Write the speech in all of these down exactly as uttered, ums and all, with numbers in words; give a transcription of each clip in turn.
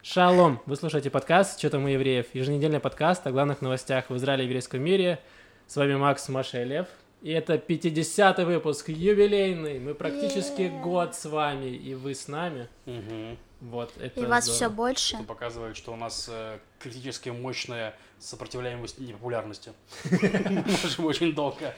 Шалом! Вы слушаете подкаст «Что там у евреев?» Еженедельный подкаст о главных новостях в Израиле и еврейском мире. С вами Макс, Маша и Лев. И это пятидесятый выпуск, юбилейный. Мы практически yeah. год с вами, и вы с нами. Угу. Вот, это и вас здорово. все больше. Это показывает, что у нас э, критически мощная сопротивляемость непопулярности. Мы можем очень долго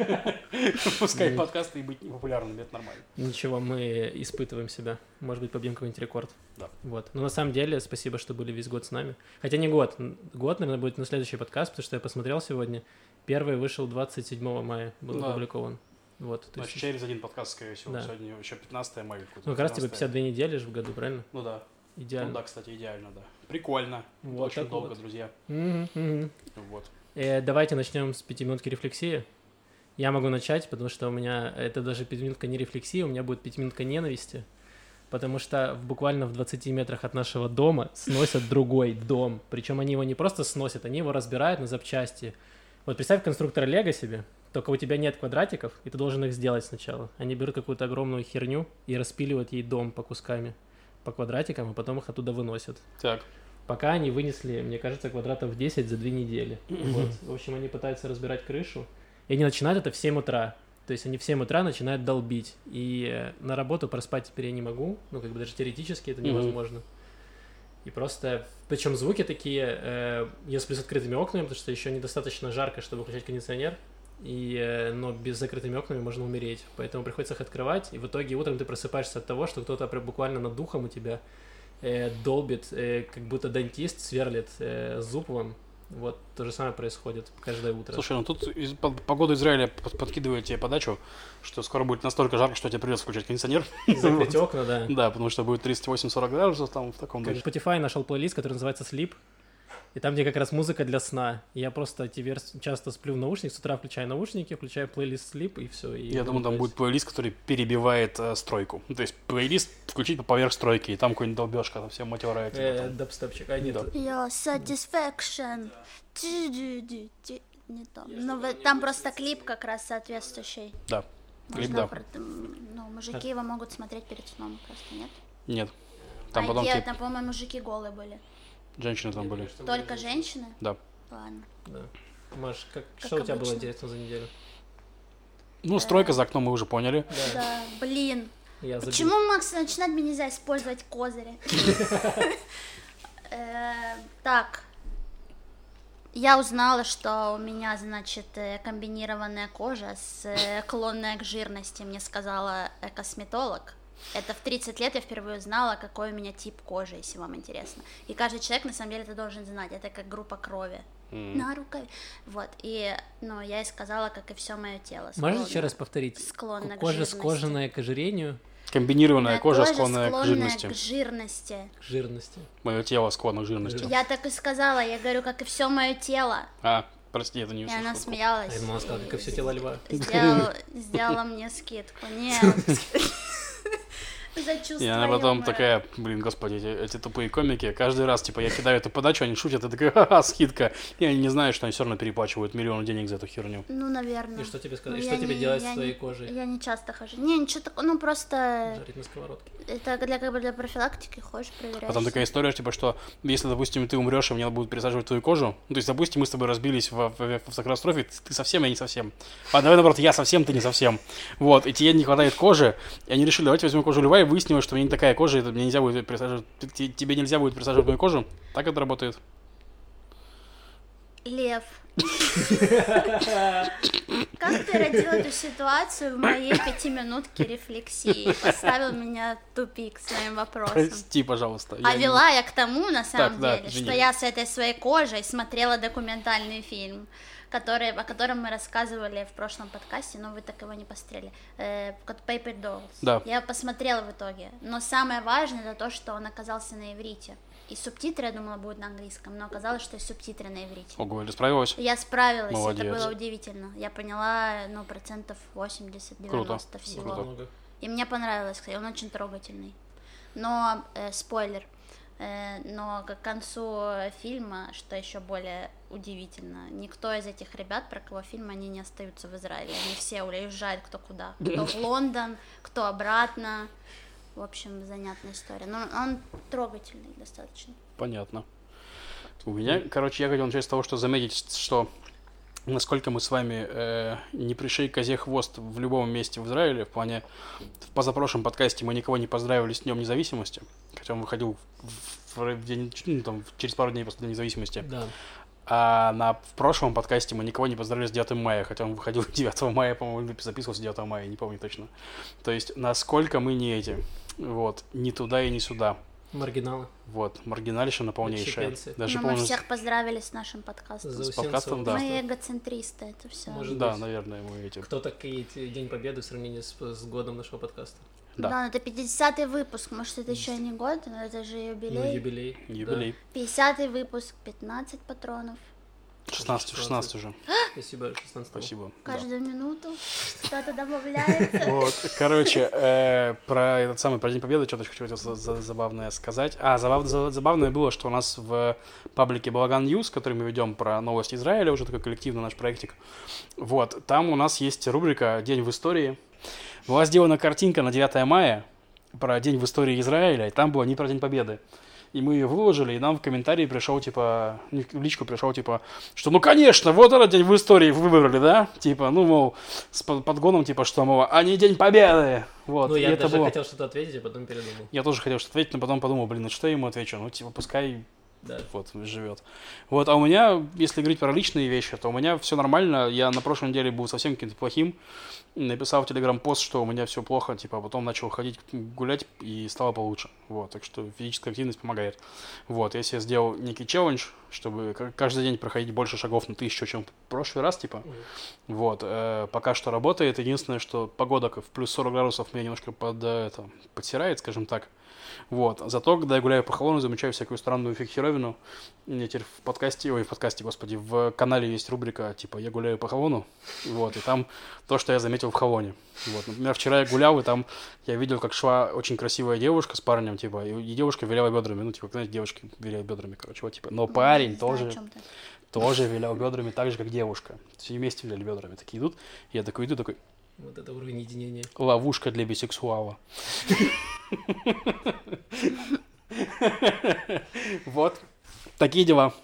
выпускать подкасты и быть непопулярными, это нормально. Ничего, мы испытываем себя. Может быть, побьем какой-нибудь рекорд. Да. Вот. Но на самом деле, спасибо, что были весь год с нами. Хотя не год. Год, наверное, будет на следующий подкаст, потому что я посмотрел сегодня. Первый вышел двадцать седьмого мая, был да. опубликован. Вот, то есть через один подкаст, скорее всего. Да. Сегодня еще пятнадцатое мая. Ну, как раз типа пятьдесят две недели же в году, правильно? Ну да. Идеально. Ну да, кстати, идеально, да. Прикольно. Вот очень долго, вот. друзья. Mm-hmm, mm-hmm. Вот. Э, давайте начнем с пятиминутки рефлексии. Я могу начать, потому что у меня это даже пятиминутка не рефлексии, у меня будет пятиминутка ненависти. Потому что буквально в двадцати метрах от нашего дома сносят другой дом. Причем они его не просто сносят, они его разбирают на запчасти. Вот представь конструктора Лего себе, только у тебя нет квадратиков, и ты должен их сделать сначала. Они берут какую-то огромную херню и распиливают ей дом по кусками, по квадратикам, и потом их оттуда выносят. Так. Пока они вынесли, мне кажется, квадратов десять за две недели. Вот. В общем, они пытаются разбирать крышу, и они начинают это в семь утра. То есть они в семь утра начинают долбить. И на работу проспать теперь я не могу, ну, как бы даже теоретически это невозможно. И просто, причем звуки такие, э, если с открытыми окнами, потому что еще недостаточно жарко, чтобы включать кондиционер, и, э, но без закрытыми окнами можно умереть, поэтому приходится их открывать, и в итоге утром ты просыпаешься от того, что кто-то буквально над духом у тебя э, долбит, э, как будто дантист сверлит э, зуб вам. Вот то же самое происходит каждое утро. Слушай, ну тут из, по, погода Израиля под, подкидывает тебе подачу, что скоро будет настолько жарко, что тебе придется включать кондиционер. Закрыть окна, да. Да, потому что будет тридцать восемь сорок градусов там в таком духе. Spotify нашел плейлист, который называется Sleep, и там, где как раз музыка для сна. Я просто теперь часто сплю в наушниках, с утра включаю наушники, включаю плейлист Sleep, и все. И Я думаю, там будет плейлист, который перебивает э, стройку. То есть плейлист включить по поверх стройки, и там какой-нибудь долбежка, там все матерая. Э, дабстепчик, а нет. Your satisfaction. Не то. Ну, там просто клип как раз соответствующий. Да. Клип, Можно, да. Ну, мужики его могут смотреть перед сном просто, нет? Нет. Там а потом где? тип... Там, по-моему, мужики голые были. Женщины там были. Только женщины? Да. Ладно. Да. Маш, как, как что у тебя обычно. было интересно за неделю? Ну, стройка за окном мы уже поняли. Да, да. Блин. Я Почему, Макс, начинать мне нельзя использовать козыри? Так. Я узнала, что у меня, значит, комбинированная кожа, склонная к жирности, мне сказала косметолог. Это в тридцать лет я впервые узнала, какой у меня тип кожи, если вам интересно. И каждый человек, на самом деле, это должен знать. Это как группа крови. Mm. На рукаве. Вот. И, ну, я ей сказала, как и все мое тело. Можешь еще раз повторить? Склонна кожа к жирности. Склонная к ожирению. Комбинированная кожа, кожа, склонная, склонная к жирности. к жирности. К жирности. Мое тело склонно к жирности. Я так и сказала. Я говорю, как и все мое тело. А, прости, это не И услышал. она смеялась. А я думала, сказала, как и все тело льва. Сделала, сделала мне скидку. Нет. За чувство И она потом юмора. такая, блин, господи, эти, эти тупые комики, каждый раз, типа, я кидаю эту подачу, они шутят, и такая, ха-ха, скидка. И они не знают, что они все равно переплачивают миллион денег за эту херню. Ну, наверное. И что тебе сказать? Ну, И что я тебе не- делать я с твоей не- кожей? Я не часто хожу. Не, ничего такого, ну просто Жарить на сковородке. это для как бы для профилактики ходишь, проверяешь. Потом такая история, типа, что если, допустим, ты умрешь, и мне надо будет пересаживать твою кожу, ну, то есть, допустим, мы с тобой разбились в, в, в автокатастрофе, ты, ты совсем, я не совсем. А давай, наоборот, я совсем, ты не совсем. Вот, и тебе не хватает кожи, и они решили, давайте возьмем кожу льва, и выяснилось, что у меня не такая кожа, и мне нельзя будет пересаживать, т- тебе нельзя будет пересаживать мою кожу. Так это работает. Лев. Как ты родил эту ситуацию в моей пятиминутке рефлексии? Поставил меня в тупик своим вопросом. Прости, пожалуйста. А я не- вела я к тому, на самом Так, да, деле, извини. что я с этой своей кожей смотрела документальный фильм, который, о котором мы рассказывали в прошлом подкасте, но вы так его не посмотрели. Э, Paper Dolls. Да. Я посмотрела в итоге. Но самое важное это то, что он оказался на иврите. И субтитры, я думала, будут на английском, но оказалось, что и субтитры на иврите. Ого, ты справилась? Я справилась, Молодец. это было удивительно. Я поняла, ну, процентов восемьдесят-девяносто всего. Круто. Много. И мне понравилось, кстати, он очень трогательный. Но, э, спойлер, э, но к концу фильма, что еще более удивительно, никто из этих ребят, про кого фильм, они не остаются в Израиле. Они все уезжают кто куда. Кто в Лондон, кто обратно. В общем, занятная история. Но он трогательный достаточно. Понятно. У меня, короче, я хотел начать с того, что заметить, что насколько мы с вами э, не пришли козе хвост в любом месте в Израиле, в плане, в позапрошлом подкасте мы никого не поздравили с Днем Независимости, хотя он выходил в, в, в день, ну, там, через пару дней после Дня Независимости. Да. А на, в прошлом подкасте мы никого не поздравили с девятым мая, хотя он выходил девятого мая, по-моему, записывался девятого мая, не помню точно. То есть, насколько мы не эти, вот, ни туда и ни сюда. Маргиналы. Вот, маргинальщина полнейшая. Отщепенцы. Даже, Но мы по-моему, всех поздравили с нашим подкастом. За с Усенцева. подкастом, да. Мы эгоцентристы, это все. Может Да, быть. наверное, мы эти. Кто такие День Победы в сравнении с, с годом нашего подкаста? Да. Да, ну это пятидесятый выпуск, может это еще не год, но это же Ну, юбилей. юбилей. Юбилей. пятидесятый выпуск, пятнадцать патронов. шестнадцать, шестнадцать уже. Да. Спасибо, шестнадцатого. Спасибо. да. Каждую минуту что-то добавляется. Вот, короче, э, про этот самый, про День Победы что-то хочу хотел за- за- забавное сказать. А, забав- за- забавное было, что у нас в паблике Балаган Ньюс, который мы ведем про новости Израиля, уже такой коллективный наш проектик, вот, там у нас есть рубрика «День в истории». Была сделана картинка на девятое мая про День в истории Израиля, и там было не про День Победы. И мы ее выложили, и нам в комментарии пришел, типа, в личку пришел, типа, что, ну, конечно, вот этот день в истории выбрали, да? Типа, ну, мол, с под- подгоном, типа, что, мол, а не День Победы. Вот, Ну, и я это даже было... хотел что-то ответить, а потом передумал. Я тоже хотел что-то ответить, но потом подумал, блин, ну что я ему отвечу? Ну, типа, пускай Да. вот живет. Вот, а у меня, если говорить про личные вещи, то у меня все нормально. Я на прошлой неделе был совсем каким-то плохим. Написал в Телеграм-пост, что у меня все плохо, типа, а потом начал ходить гулять и стало получше. Вот, так что физическая активность помогает. Вот, я себе сделал некий челлендж, чтобы к- каждый день проходить больше шагов на тысячу, чем в прошлый раз, типа. Вот, э, пока что работает. Единственное, что погода в плюс сорок градусов меня немножко под, э, это, подсирает, скажем так. Вот. Зато, когда я гуляю по Холону, замечаю всякую странную фиг-херовину. У меня теперь в подкасте, ой, в подкасте, господи, в канале есть рубрика, типа, «Я гуляю по Холону». Вот, и там то, что я заметил в Холоне. Вот. Например, вчера я гулял, и там я видел, как шла очень красивая девушка с парнем, типа, и и девушка виляла бедрами. Ну, типа, знаете, девушки виляют бедрами, короче, вот, типа. Но парень Не знаю, о тоже, чём ты. тоже вилял бедрами так же, как девушка. Все вместе виляли бедрами. Такие идут, я такой иду, такой, Вот это уровень единения. ловушка для бисексуала. Вот. Такие дела.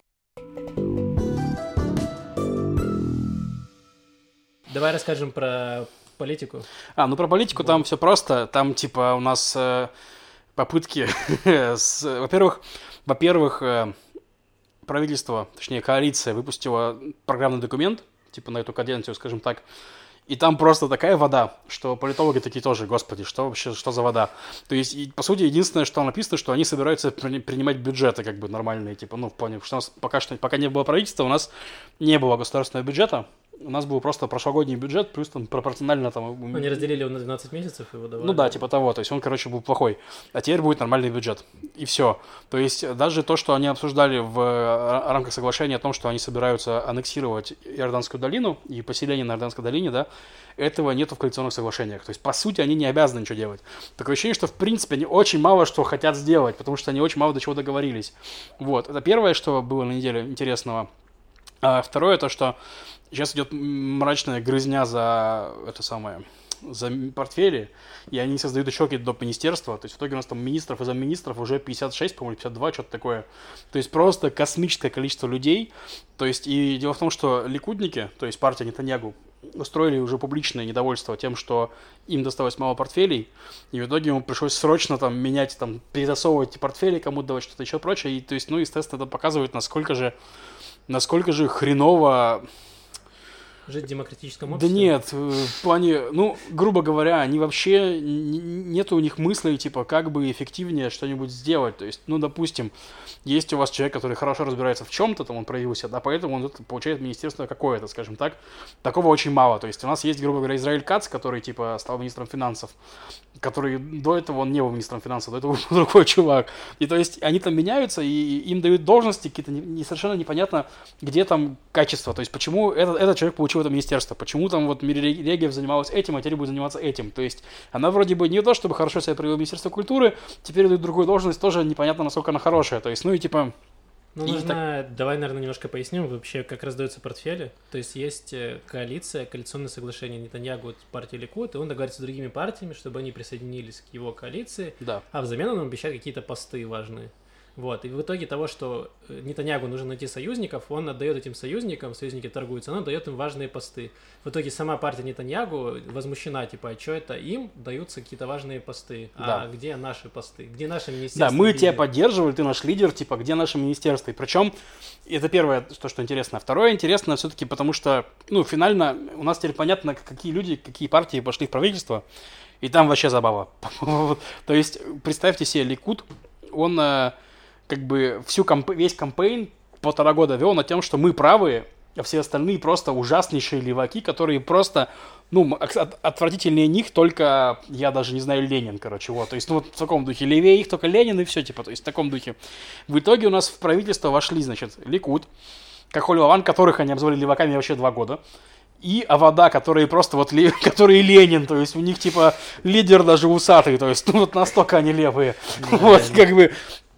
Давай расскажем про политику. А, ну про политику там все просто. Там типа у нас э, попытки с... Во-первых, во-первых, э, правительство, точнее коалиция выпустила программный документ, типа на эту каденцию, скажем так. И там просто такая вода, что политологи такие тоже, господи, что вообще, что за вода? То есть, и, по сути, единственное, что написано, что они собираются при- принимать бюджеты, как бы, нормальные, типа, ну, в плане, что у нас пока что, пока не было правительства, у нас не было государственного бюджета, у нас был просто прошлогодний бюджет, плюс там пропорционально там... м, Они разделили его на двенадцать месяцев и выдавали. ну да, типа того, то есть он, короче, был плохой. А теперь будет нормальный бюджет. И все. То есть даже то, что они обсуждали в э, рамках соглашения о том, что они собираются аннексировать Иорданскую долину и поселение на Иорданской долине, да, этого нету в коалиционных соглашениях. То есть, по сути, они не обязаны ничего делать. Такое ощущение, что, в принципе, они очень мало что хотят сделать, потому что они очень мало до чего договорились. Вот. Это первое, что было на неделе интересного. А второе, то, что сейчас идет мрачная грызня за это самое, за портфели, и они создают еще какие-то доп. Министерства. То есть в итоге у нас там министров и замминистров уже пятьдесят шесть, по-моему, пятьдесят два, что-то такое. То есть просто космическое количество людей. То есть и дело в том, что ликудники, то есть партия Нетаньягу, устроили уже публичное недовольство тем, что им досталось мало портфелей, и в итоге ему пришлось срочно там менять, там, перетасовывать эти портфели, кому-то давать что-то еще прочее. И то есть, ну, естественно, это показывает, насколько же, насколько же хреново. Жить в демократическом Да обществе? нет, э, в плане, ну, грубо говоря, они вообще, н- нет у них мыслей, типа, как бы эффективнее что-нибудь сделать. То есть, ну, допустим, есть у вас человек, который хорошо разбирается в чем-то, там он проявился, да, поэтому он тут получает министерство какое-то, скажем так. Такого очень мало. То есть, у нас есть, грубо говоря, Израиль Кац, который, типа, стал министром финансов, который до этого он не был министром финансов, до этого был другой чувак. И то есть, они там меняются, и им дают должности какие-то, не, не- совершенно непонятно, где там качество. То есть, почему этот, этот человек получил это министерство, почему там вот Мири Регев занималась этим, а теперь будет заниматься этим. То есть, она вроде бы не то, чтобы хорошо себя проявила Министерство культуры, теперь дают другую должность, тоже непонятно, насколько она хорошая. То есть, ну и типа... Ну, И нужно, так- давай, наверное, немножко поясним вообще, как раздаются портфели. То есть есть э, коалиция, коалиционное соглашение Нетаньягу, партии Ликуд, и он договаривается с другими партиями, чтобы они присоединились к его коалиции, Да. а взамен он обещает какие-то посты важные. Вот, и в итоге того, что э, Нетаньягу нужно найти союзников, он отдает этим союзникам, союзники торгуются, он дает им важные посты. В итоге сама партия Нетаньягу возмущена, типа, а что это им даются какие-то важные посты, Да. а где наши посты, где наше министерство? Да, мы видео? тебя поддерживали, ты наш лидер, типа, где наше министерство? И причем, это первое, то, что интересно. Второе интересно все-таки, потому что, ну, финально у нас теперь понятно, какие люди, какие партии пошли в правительство, и там вообще забава. То есть, представьте себе, Ликуд, он э, как бы всю комп... весь кампейн полтора года вел на тем, что мы правые, а все остальные просто ужаснейшие леваки, которые просто, ну, от- отвратительнее них только, я даже не знаю, Ленин, короче, вот. То есть, ну, вот в таком духе. Левее их только Ленин и все, типа, то есть в таком духе. В итоге у нас в правительство вошли, значит, Ликуд, Кахоль-Лаван, которых они обзывали леваками вообще два года, и Авода, которые просто вот, ле- которые Ленин, то есть у них, типа, лидер даже усатый, то есть, ну, вот настолько они левые. Вот, как бы...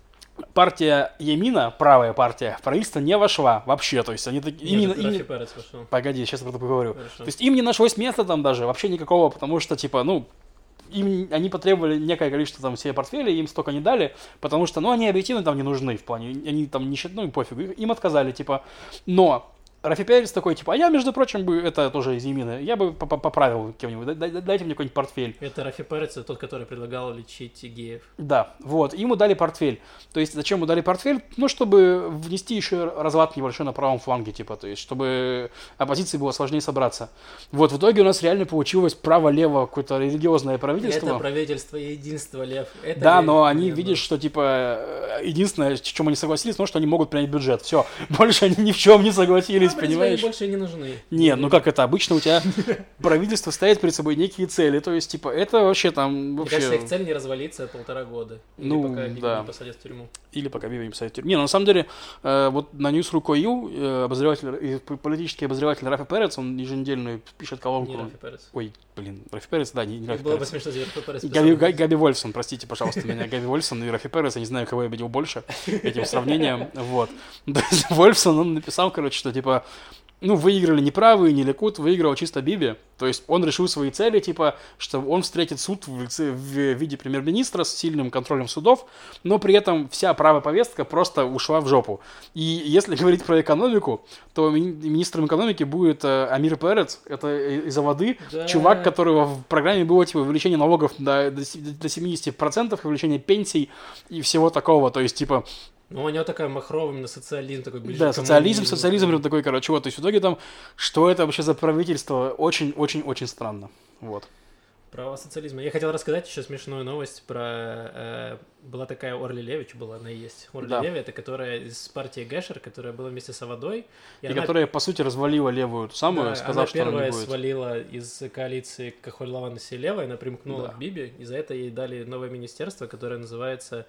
Партия Ямина, правая партия, в правительство не вошла вообще, то есть они такие... Нет, именно- это именно- Рафи Перец вошел. Погоди, сейчас я про это поговорю. Хорошо. То есть им не нашлось места там даже, вообще никакого, потому что, типа, ну, им, они потребовали некое количество там себе портфелей, им столько не дали, потому что, ну, они объективно там не нужны в плане, они там не считают, ну, и пофигу, им отказали, типа, но... Рафи Перец такой, типа, а я, между прочим, бы, это тоже из Ямина, я бы по- поправил кем-нибудь, дай- дай- дайте мне какой-нибудь портфель. Это Рафи Перец, тот, который предлагал лечить геев. Да, вот, ему дали портфель. То есть, зачем ему дали портфель? Ну, чтобы внести еще разлад небольшой на правом фланге, типа, то есть, чтобы оппозиции было сложнее собраться. Вот, в итоге у нас реально получилось право-лево какое-то религиозное правительство. Это правительство единства, Лев. Это Да, я- но они я- видят, что, типа, единственное, с чем они согласились, ну, что они могут принять бюджет. Все, больше они ни в чем не согласились, А, в принципе, понимаешь? они больше и не нужны. Нет, ну как это? Обычно у тебя правительство ставит перед собой некие цели. То есть, типа, это вообще там... Мне вообще... кажется, их цель не развалиться полтора года. Или Ну, пока Биби да. не посадят в тюрьму. Или пока Биби не посадят в тюрьму. Не, ну, на самом деле, э, вот на News.ru э, обозреватель, и п- политический обозреватель Рафи Перец, он еженедельно пишет колонку... Не Рафи Перец. Ой, блин, Рафи Перец, да, не, не Рафи Было бы Перец. смешно, если Рафи Перец Габи, писал. Га- Габи Вольфсон, простите, пожалуйста, меня. Габи Вольфсон и Рафи Перец, я не знаю, кого я обидел больше этим сравнением. Вот. То есть Вольфсон, он написал, короче, что, типа, ну, выиграли не правые, не Ликуд, выиграл чисто Биби. То есть он решил свои цели, типа, что он встретит суд в, лице- в виде премьер-министра с сильным контролем судов, но при этом вся правая повестка просто ушла в жопу. И если говорить про экономику, то ми- министром экономики будет э, Амир Перец, это и- из-за воды, Да. чувак, которого в программе было, типа, увеличение налогов до, до, се- до семьдесят процентов, увеличение пенсий и всего такого. То есть, типа, Ну, у него такая махровая именно социализм такой ближе да, к социализм, коммунизму. социализм прям такой, короче, вот, то есть в итоге там, что это вообще за правительство, очень-очень-очень странно, вот. Про социализм. Я хотел рассказать еще смешную новость про... э, была такая Орли Леви, что была, она и есть. Орли Да. Леви, это которая из партии Гешер, которая была вместе с Аводой. И, она- которая, по сути, развалила левую ту самую, да, сказав, она что она первая не будет. свалила из коалиции Кахоль-Лаван и Селева, она примкнула Да. к Биби, и за это ей дали новое министерство, которое называется...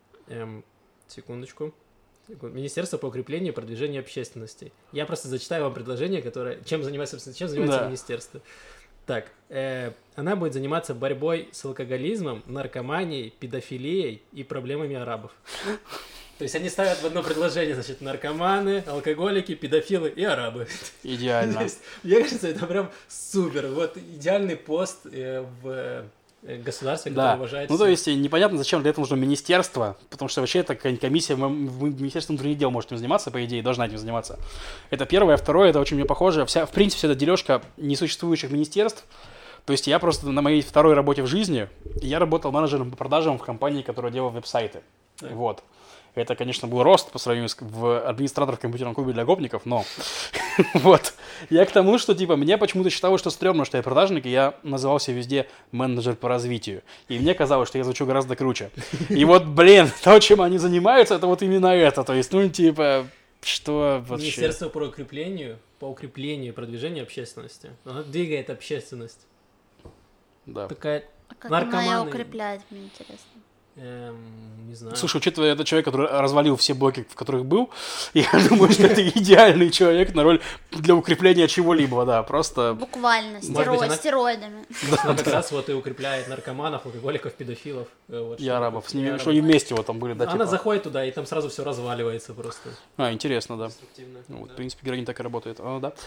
эм, секундочку. Секунд- Министерство по укреплению и продвижению общественности. Я просто зачитаю вам предложение, которое... Чем занимается, собственно, чем занимается Да. министерство. Так, э, она будет заниматься борьбой с алкоголизмом, наркоманией, педофилией и проблемами арабов. То есть они ставят в одно предложение, значит, наркоманы, алкоголики, педофилы и арабы. То Идеально. есть, мне кажется, это прям супер. Вот идеальный пост э, в э, государстве, которое Да, уважает... ну то всех. есть непонятно, зачем для этого нужно министерство, потому что вообще это какая-нибудь комиссия, в в Министерстве внутренних дел может этим заниматься, по идее, должна этим заниматься. Это первое. Второе, это очень мне похоже, вся, в принципе, вся эта дележка несуществующих министерств. То есть я просто на моей второй работе в жизни, я работал менеджером по продажам в компании, которая делала веб-сайты. Так. Вот. Это, конечно, был рост по сравнению с в администратор в компьютерном клубе для гопников, но вот. Я к тому, что, типа, мне почему-то считалось, что стрёмно, что я продажник, и я назывался везде менеджер по развитию. И мне казалось, что я звучу гораздо круче. И вот, блин, то, чем они занимаются, это вот именно это. То есть, ну, типа, что вообще? Министерство по укреплению, по укреплению и продвижению общественности. Оно двигает общественность. Да. Такая... А как она ее Наркоманы. укрепляет, мне интересно. Эм, не знаю. Слушай, учитывая, это человек, который развалил все блоки, в которых был, я думаю, что это идеальный человек на роль для укрепления чего-либо, да, просто... Буквально, Может стеро... быть, она- стероидами. Она как раз вот и укрепляет наркоманов, алкоголиков, педофилов. э, Вот, И что- арабов. С и ними, арабов. что они вместе вот там были, да, Она типа? заходит туда, и там сразу все разваливается просто. А, интересно, да. Деструктивно. Ну, вот, Да. в принципе, героинь так и работает. А, да.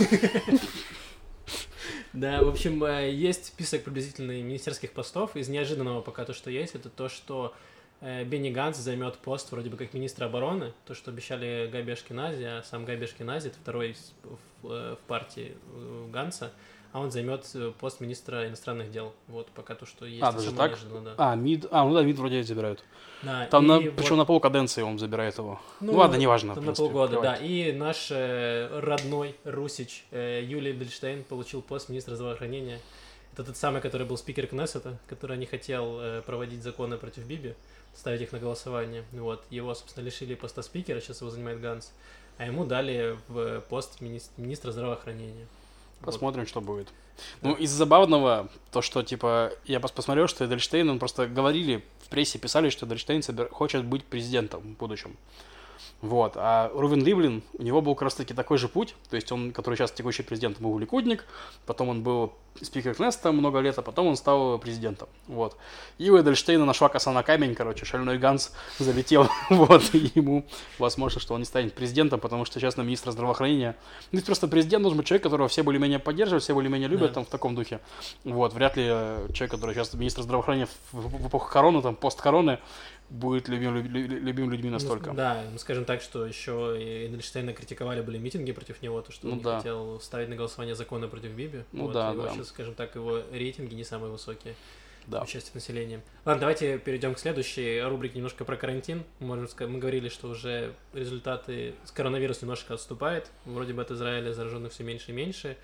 Да, в общем, э, есть список приблизительный министерских постов. Из неожиданного пока то, что есть, это то, что э, Бенни Ганц займет пост вроде бы как министра обороны. То, что обещали Габи Ашкенази, а сам Габи Ашкенази, это второй из- в, э, в партии э, Ганца, а он займет э, пост министра иностранных дел. Вот пока то, что есть. А, Это даже самое так? неожиданное, да. А, мид... А, ну да, мид вроде забирают. Да, Там, и на... вот- причем на полкаденции он забирает его. Ну, ладно, неважно. в Там на принципе, полгода, да. плевать. И наш э, родной Русич э, Юлий Эдельштейн получил пост министра здравоохранения. Это тот самый, который был спикер Кнессета, который не хотел э, проводить законы против Биби, ставить их на голосование. Вот. Его, собственно, лишили поста спикера, сейчас его занимает Ганс. А ему дали в пост мини- министра здравоохранения. Вот. Посмотрим, что будет. Ну, из забавного, то, что, типа, я пос- посмотрел, что Эдельштейн, он просто говорили, в прессе писали, что Эдельштейн собер... хочет быть президентом в будущем. Вот. А Рувен Ривлин, у него был как раз-таки такой же путь, то есть он, который сейчас текущий президент, был ликудник, потом он был спикер Кнессета много лет, а потом он стал президентом. Вот. И у Эдельштейна нашла коса на камень, короче, шальной Ганс залетел, вот, и ему возможно, что он не станет президентом, потому что сейчас на министра здравоохранения, ну, есть просто президент должен быть человек, которого все более-менее поддерживают, все более-менее любят, Да. там, в таком духе. Вот, вряд ли э, человек, который сейчас министр здравоохранения в, в- в эпоху короны, там, пост-короны, будет любим, лю- лю- любим людьми Ну, настолько. да, ну, скажем так, что еще и Эдельштейна критиковали, были митинги против него, то, что Ну он не да. хотел ставить на голосование законы против Биби. Ну Вот, да, и его да. сейчас, скажем так, его рейтинги не самые высокие Да. у части населения. Ладно, давайте перейдем к следующей рубрике немножко про карантин. Можем сказать, мы говорили, что уже результаты с коронавирус немножко отступает. Вроде бы от Израиля зараженных все меньше и меньше.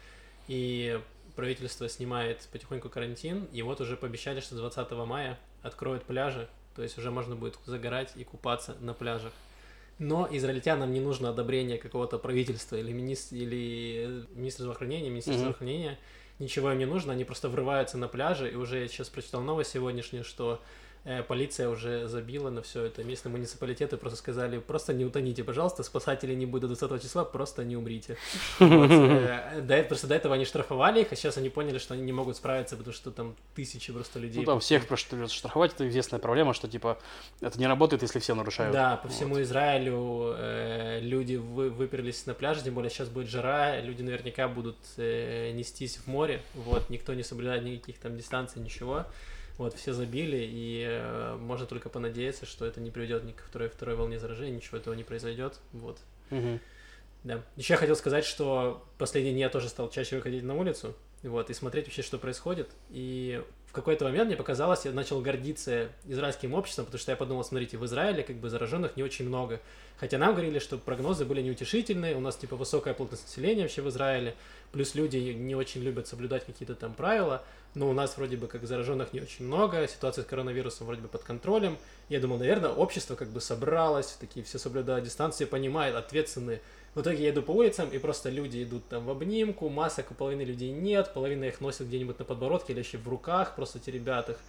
И правительство снимает потихоньку карантин. И вот уже пообещали, что двадцатого мая откроют пляжи. То есть уже можно будет загорать и купаться на пляжах. Но израильтянам не нужно одобрение какого-то правительства или, министр, или министра здравоохранения, министра Мгм. здравоохранения. Ничего им не нужно, они просто врываются на пляжи. И уже я сейчас прочитал новость сегодняшнюю, что э, полиция уже забила на все это. Местные муниципалитеты просто сказали, просто не утоните, пожалуйста, спасателей не будет до двадцатого числа, просто не умрите. Вот, э, до, э- просто до этого они штрафовали их, а сейчас они поняли, что они не могут справиться, потому что там тысячи просто людей. Ну, там всех просто штрафовать, это известная проблема, что, типа, это не работает, если все нарушают. Да, по Вот. всему Израилю э, люди вы, выперлись на пляже, тем более сейчас будет жара, люди наверняка будут э, нестись в море, вот, никто не соблюдает никаких там дистанций, ничего, вот, все забили, и э, можно только понадеяться, что это не приведет ни к второй, второй волне заражения, ничего этого не произойдет, вот. Мгм. Да. Еще я хотел сказать, что последние дни я тоже стал чаще выходить на улицу, вот, и смотреть вообще, что происходит. И в какой-то момент мне показалось, я начал гордиться израильским обществом, потому что я подумал, смотрите, в Израиле как бы зараженных не очень много. Хотя нам говорили, что прогнозы были неутешительные, у нас типа высокая плотность населения вообще в Израиле, плюс люди не очень любят соблюдать какие-то там правила, но у нас вроде бы как зараженных не очень много, ситуация с коронавирусом вроде бы под контролем. Я думал, наверное, общество как бы собралось, такие все соблюдают дистанции, понимают, ответственные. В итоге я иду по улицам, и просто люди идут там в обнимку, масок у половины людей нет, половина их носит где-нибудь на подбородке или еще в руках, просто теребят их.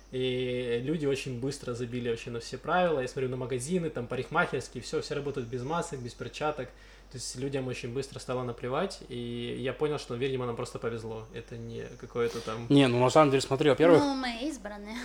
И люди очень быстро забили вообще на все правила. Я смотрю на магазины, там парикмахерские, все, все работают без масок, без перчаток. То есть людям очень быстро стало наплевать, и я понял, что, видимо, нам просто повезло. Это не какое-то там... Не, ну на самом деле, смотри, во-первых, Ну, мы избранные.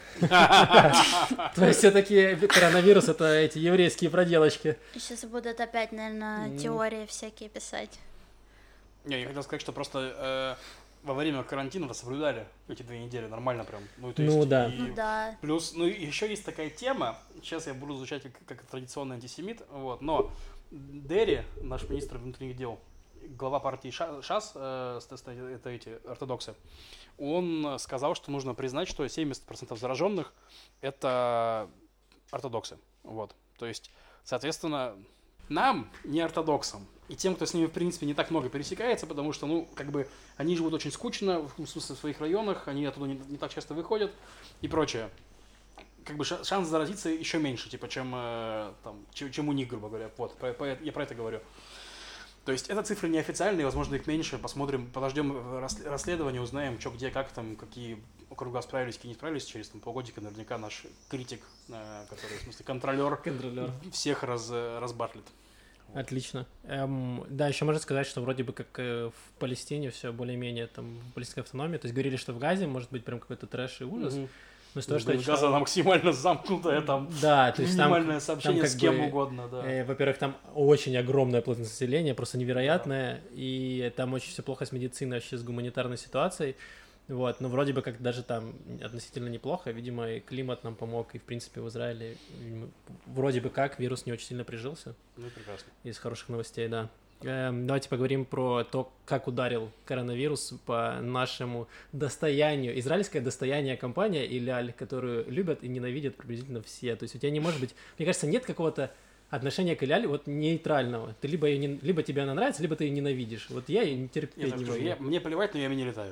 То есть все-таки коронавирус — это эти еврейские проделочки. Сейчас будут опять, наверное, Ну. теории всякие писать. не, я хотел сказать, что просто э, во время карантина соблюдали эти две недели нормально прям. Ну, то Ну есть, да. и Ну да. Плюс, ну и еще есть такая тема, сейчас я буду звучать как, как традиционный антисемит, вот, но Дерри, наш министр внутренних дел, глава партии Ша- ШАС, э, с- с- это эти ортодоксы, он сказал, что нужно признать, что семьдесят процентов зараженных это ортодоксы, вот, то есть, соответственно, нам, не ортодоксам, и тем, кто с ними, в принципе, не так много пересекается, потому что, ну, как бы, они живут очень скучно, в смысле, в своих районах, они оттуда не, не так часто выходят и прочее. Как бы ша- шанс заразиться еще меньше, типа, чем, э, там, чем, чем у них, грубо говоря. Вот, про- про- я про это говорю. То есть это цифры неофициальные, возможно, их меньше. Посмотрим, подождем расследование, узнаем, что, где, как там, какие округа справились, какие не справились. Через там, полгодика наверняка наш критик, который, в смысле, контролер, контролер. всех раз, разбатлит. Отлично. Эм, да, еще можно сказать, что вроде бы как э, в Палестине все более-менее там в палестинской автономии. То есть говорили, что в Газе может быть прям какой-то трэш и ужас. Mm-hmm. Но с того, что Газа читал... максимально замкнутая, там да, то есть минимальное там, сообщение там с кем бы, угодно. Да. Э, во-первых, там очень огромная плотность населения, просто невероятная, да. И там очень все плохо с медициной, вообще с гуманитарной ситуацией. Вот, но вроде бы как даже там относительно неплохо, видимо, и климат нам помог, и в принципе в Израиле вроде бы как вирус не очень сильно прижился. Ну, прекрасно. Из хороших новостей, да. Эм, давайте поговорим про то, как ударил коронавирус по нашему достоянию. Израильское достояние компания Иляль, которую любят и ненавидят приблизительно все. То есть у тебя не может быть, мне кажется, нет какого-то отношение к Иляль вот нейтрального. Ты либо, ее не, либо тебе она нравится, либо ты ее ненавидишь. Вот я ее терпеть я не могу. Я, мне плевать, но я ими не летаю.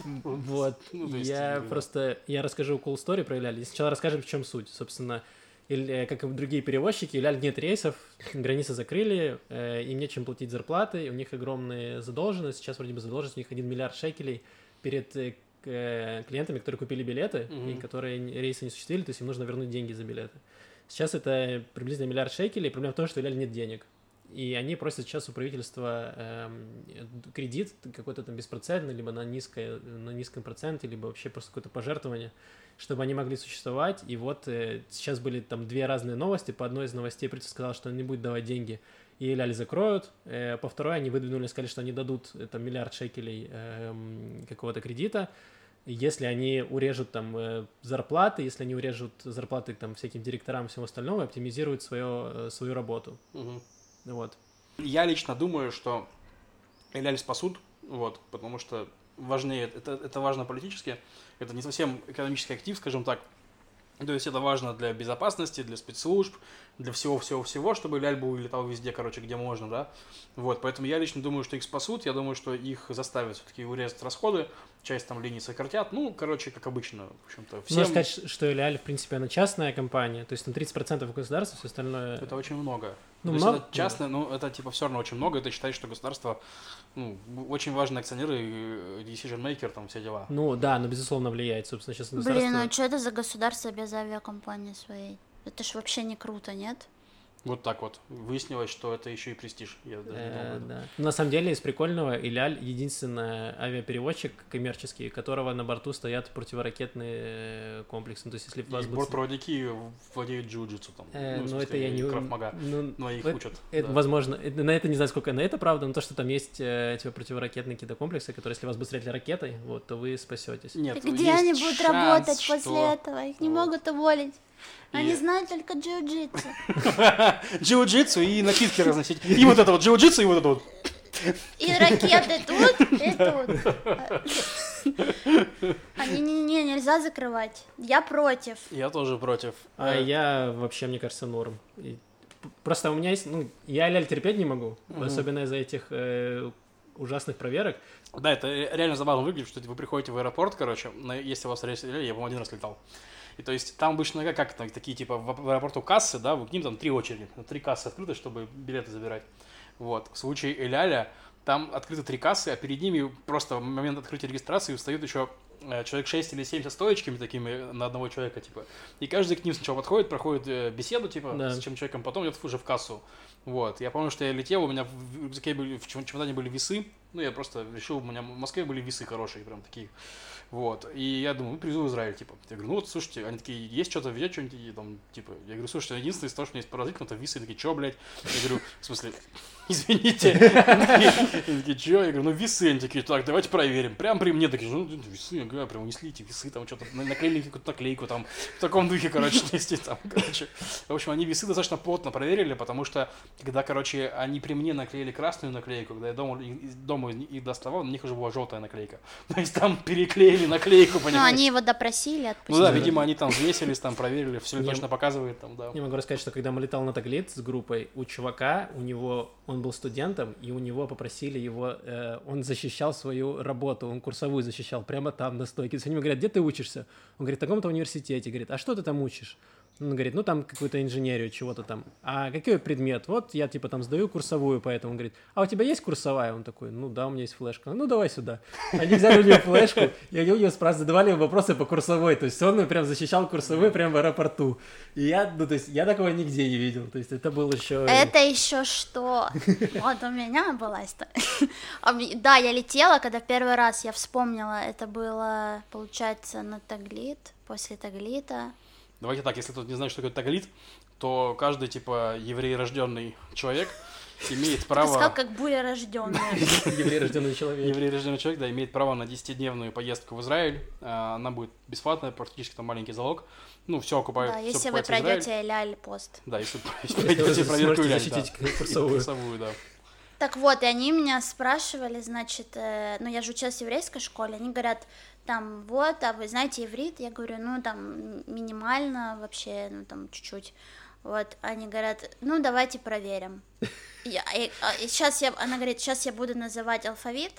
Вот. Ну, есть, я блин. просто... Я расскажу cool story про Иляль. Сначала расскажем, в чем суть. Собственно, или, как и другие перевозчики, Иляль нет рейсов, границы закрыли, э, им нечем платить зарплаты, у них огромные задолженности. Сейчас вроде бы задолженность у них один миллиард шекелей перед э, клиентами, которые купили билеты, mm-hmm. и которые рейсы не осуществили, то есть им нужно вернуть деньги за билеты. Сейчас это приблизительно миллиард шекелей. Проблема в том, что у Иляль нет денег. И они просят сейчас у правительства эм, кредит какой-то там беспроцентный, либо на, низкое, на низком проценте, либо вообще просто какое-то пожертвование, чтобы они могли существовать. И вот э, сейчас были там две разные новости. По одной из новостей правительство сказало, что он не будет давать деньги, и Иляль закроют. Э, по второй они выдвинули, сказали, что они дадут э, там, миллиард шекелей э, какого-то кредита, если они урежут там э, зарплаты, если они урежут зарплаты там всяким директорам и всему остальному, оптимизируют свое, э, свою работу. Угу. Вот. Я лично думаю, что Иляль спасут, вот, потому что важнее, это, это важно политически, это не совсем экономический актив, скажем так. То есть это важно для безопасности, для спецслужб, для всего-всего-всего, чтобы Иляль был летал везде, короче, где можно, да. Вот, поэтому я лично думаю, что их спасут, я думаю, что их заставят все-таки урезать расходы, часть там линий сократят, ну, короче, как обычно, в общем-то. Всем... Можно сказать, что Иляль, в принципе, она частная компания, то есть там тридцать процентов государства, все остальное... Это очень много. Ну, то много... есть это частное, ну, это типа все равно очень много, это считает, что государство, ну, очень важные акционеры, decision maker, там, все дела. Ну, да, но, безусловно, влияет, собственно, сейчас государство... Блин, а что это за государство без авиакомпании своей? Это ж вообще не круто, нет? Вот так вот. Выяснилось, что это еще и престиж. Я даже не думал об этом. Да. На самом деле, из прикольного, Иляль единственный авиаперевозчик коммерческий, у которого на борту стоят противоракетные комплексы. Ну, то есть, если вас будет... бортпроводники владеют джиу-джитсу там. Э, ну, это я не... Краф-мага. Ну, но их это, учат. Это, да. Возможно. Это, на это не знаю, сколько на это правда, но то, что там есть э, эти противоракетные какие-то комплексы, которые, если вас бы встретили ракетой, вот, то вы спасетесь. Нет, так где они будут шанс, работать что... после этого? Их не вот. могут уволить. Они и... знают только джиу-джитсу. Джиу-джитсу и накидки разносить. И вот это вот джиу-джитсу, и вот это вот. И ракеты тут, и тут. Они не, не, нельзя закрывать. Я против. Я тоже против. А я вообще, мне кажется, норм. Просто у меня есть, ну, я Иляль терпеть не могу, особенно из-за этих ужасных проверок. Да, это реально забавно выглядит, что вы приходите в аэропорт, короче, если у вас рейс Иляль, я, по-моему, один раз летал. И то есть там обычно как там, такие типа в аэропорту кассы, да, к ним там три очереди, три кассы открыты, чтобы билеты забирать. Вот. В случае Иляля там открыты три кассы, а перед ними просто в момент открытия регистрации встают еще человек шесть или семь со стоечками такими на одного человека, типа. И каждый к ним сначала подходит, проходит беседу, типа, да. с чем человеком, потом идет уже в кассу. Вот. Я помню, что я летел, у меня в рюкзаке были, в чемодане были весы. Ну, я просто решил, у меня в Москве были весы хорошие, прям такие. Вот. И я думаю, ну, привезу в Израиль, типа. Я говорю, ну вот, слушайте, они такие, есть что-то, ведь что-нибудь, там, типа. Я говорю, слушайте, единственное из того, что у меня есть поразительно, это висы. Они такие, что, блядь? Я говорю, в смысле, извините. Они такие, что? Я говорю, ну, весы. Они такие, так, давайте проверим. Прям при мне такие, ну, весы. Я говорю, прям унесли эти весы, там, что-то, наклеили какую-то наклейку, там, в таком духе, короче, есть, там, короче. В общем, они весы достаточно плотно проверили, потому что, когда, короче, они при мне наклеили красную наклейку, когда я дома, дома их доставал, на них уже была желтая наклейка. То есть там переклеили наклейку, понимаете? Ну, они его допросили, отпустили. Ну да, видимо, они там взвесились, там проверили, все ли точно показывает, там, да. Я могу рассказать, что когда мы летал на Таглит с группой, у чувака, у него, он был студентом, и у него попросили его, э, он защищал свою работу, он курсовую защищал прямо там, на стойке. С ним говорят, где ты учишься? Он говорит, в таком-то университете. Говорит, а что ты там учишь? Он говорит, ну там какую-то инженерию, чего-то там. А какой предмет? Вот я типа там сдаю курсовую, поэтому он говорит, а у тебя есть курсовая? Он такой, ну да, у меня есть флешка. Ну давай сюда. Они взяли у него флешку, и они у него спрашивали, задавали ему вопросы по курсовой. То есть он прям защищал курсовую прямо в аэропорту. И я, ну то есть я такого нигде не видел. То есть это был еще... Это еще что? Вот у меня была история. Да, я летела, когда в первый раз я вспомнила, это было, получается, на Таглит, после Таглита. Давайте так, если кто-то не знает, что такое таглит, то каждый, типа, еврей-рожденный человек имеет право... Ты сказал, как буря-рожденный. Еврей-рожденный человек. Еврей-рожденный человек, да, имеет право на десятидневную поездку в Израиль. Она будет бесплатная, практически там маленький залог. Ну, все окупает. Да, если вы пройдете Эляль пост. Да, если вы пройдете проверку Эляль, защитить да. курсовую. да. Так вот, и они меня спрашивали, значит, э, ну, я же училась в еврейской школе, они говорят, там, вот, а вы знаете иврит? Я говорю, ну, там, минимально вообще, ну, там, чуть-чуть. Вот, они говорят, ну, давайте проверим. Я, и, и сейчас я, она говорит, сейчас я буду называть алфавит,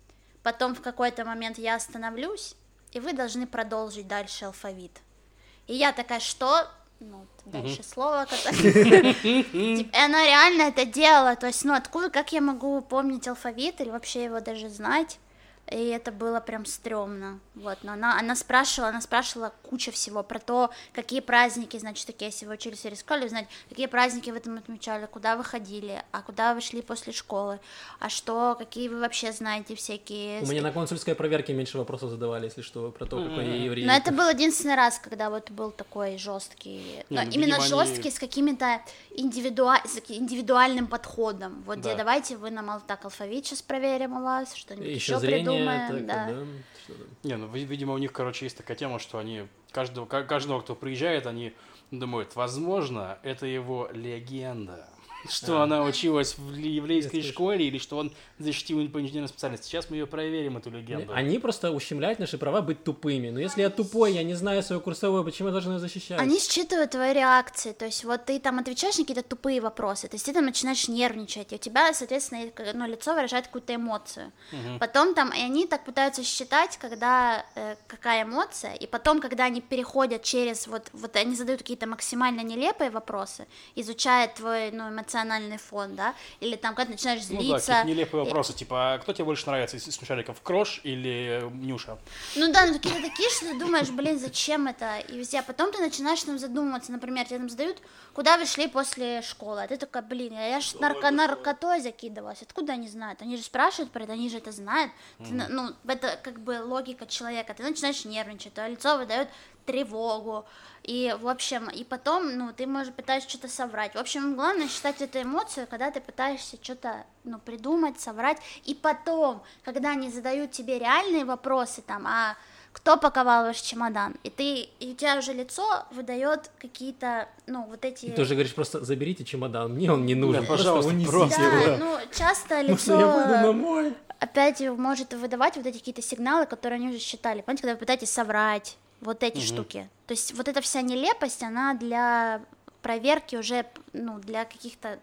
потом в какой-то момент я остановлюсь, и вы должны продолжить дальше алфавит. И я такая, что? Ну, дальше uh-huh. слово, которое... И она реально это делала, то есть, ну, откуда, как я могу помнить алфавит или вообще его даже знать? И это было прям стрёмно, вот, но она, она спрашивала, она спрашивала кучу всего про то, какие праздники, значит, такие, если вы учились в школе, знать, какие праздники вы там отмечали, куда вы ходили, а куда вы шли после школы, а что, какие вы вообще знаете всякие... У меня на консульской проверке меньше вопросов задавали, если что, про то, какой я еврей. Но это был единственный раз, когда вот был такой жесткий, но ну, именно видимо, жесткий они... с какими-то индивидуа... с индивидуальным подходом, вот да. где давайте вы нам так алфавит сейчас проверим у вас, что-нибудь еще, еще придумаем. Так, да. Да. Не, ну, видимо, у них, короче, есть такая тема, что они каждого, каждого, кто приезжает, они думают, возможно, это его легенда, что а. она училась в еврейской школе или что он защитил по инженерной специальности. Сейчас мы ее проверим, эту легенду. Они просто ущемляют наши права быть тупыми. Но если я тупой, я не знаю свою курсовую, почему я должен ее защищать? Они считывают твои реакции. То есть вот ты там отвечаешь на какие-то тупые вопросы, то есть ты там начинаешь нервничать, и у тебя, соответственно, ну, лицо выражает какую-то эмоцию. Угу. Потом там, и они так пытаются считать, когда, э, какая эмоция, и потом, когда они переходят через, вот, вот они задают какие-то максимально нелепые вопросы, изучают твой, ну, эмоциональный фон, да, или там, когда ты начинаешь злиться. Ну да, какие-то нелепые вопросы, и... типа, а кто тебе больше нравится из смешариков, Крош или Нюша? Ну да, ну какие-то такие, что ты думаешь, блин, зачем это, и везде, а потом ты начинаешь там задумываться, например, тебе там задают, куда вы шли после школы, а ты такая, блин, я же нарко- наркотой закидывалась, откуда они знают, они же спрашивают про это, они же это знают, mm. ты, ну, это как бы логика человека, ты начинаешь нервничать, твое лицо выдает тревогу, и, в общем, и потом, ну, ты, может, пытаешься что-то соврать. В общем, главное считать эту эмоцию, когда ты пытаешься что-то, ну, придумать, соврать, и потом, когда они задают тебе реальные вопросы, там, а кто паковал ваш чемодан, и ты, и у тебя уже лицо выдает какие-то, ну, вот эти... И ты уже говоришь, просто заберите чемодан, мне он не нужен, да, пожалуйста, унесите просто. его. Да, ну, часто лицо... Я пойду домой. Опять может выдавать вот эти какие-то сигналы, которые они уже считали, понимаете, когда вы пытаетесь соврать, вот эти угу. штуки. То есть вот эта вся нелепость, она для проверки уже, ну, для каких-то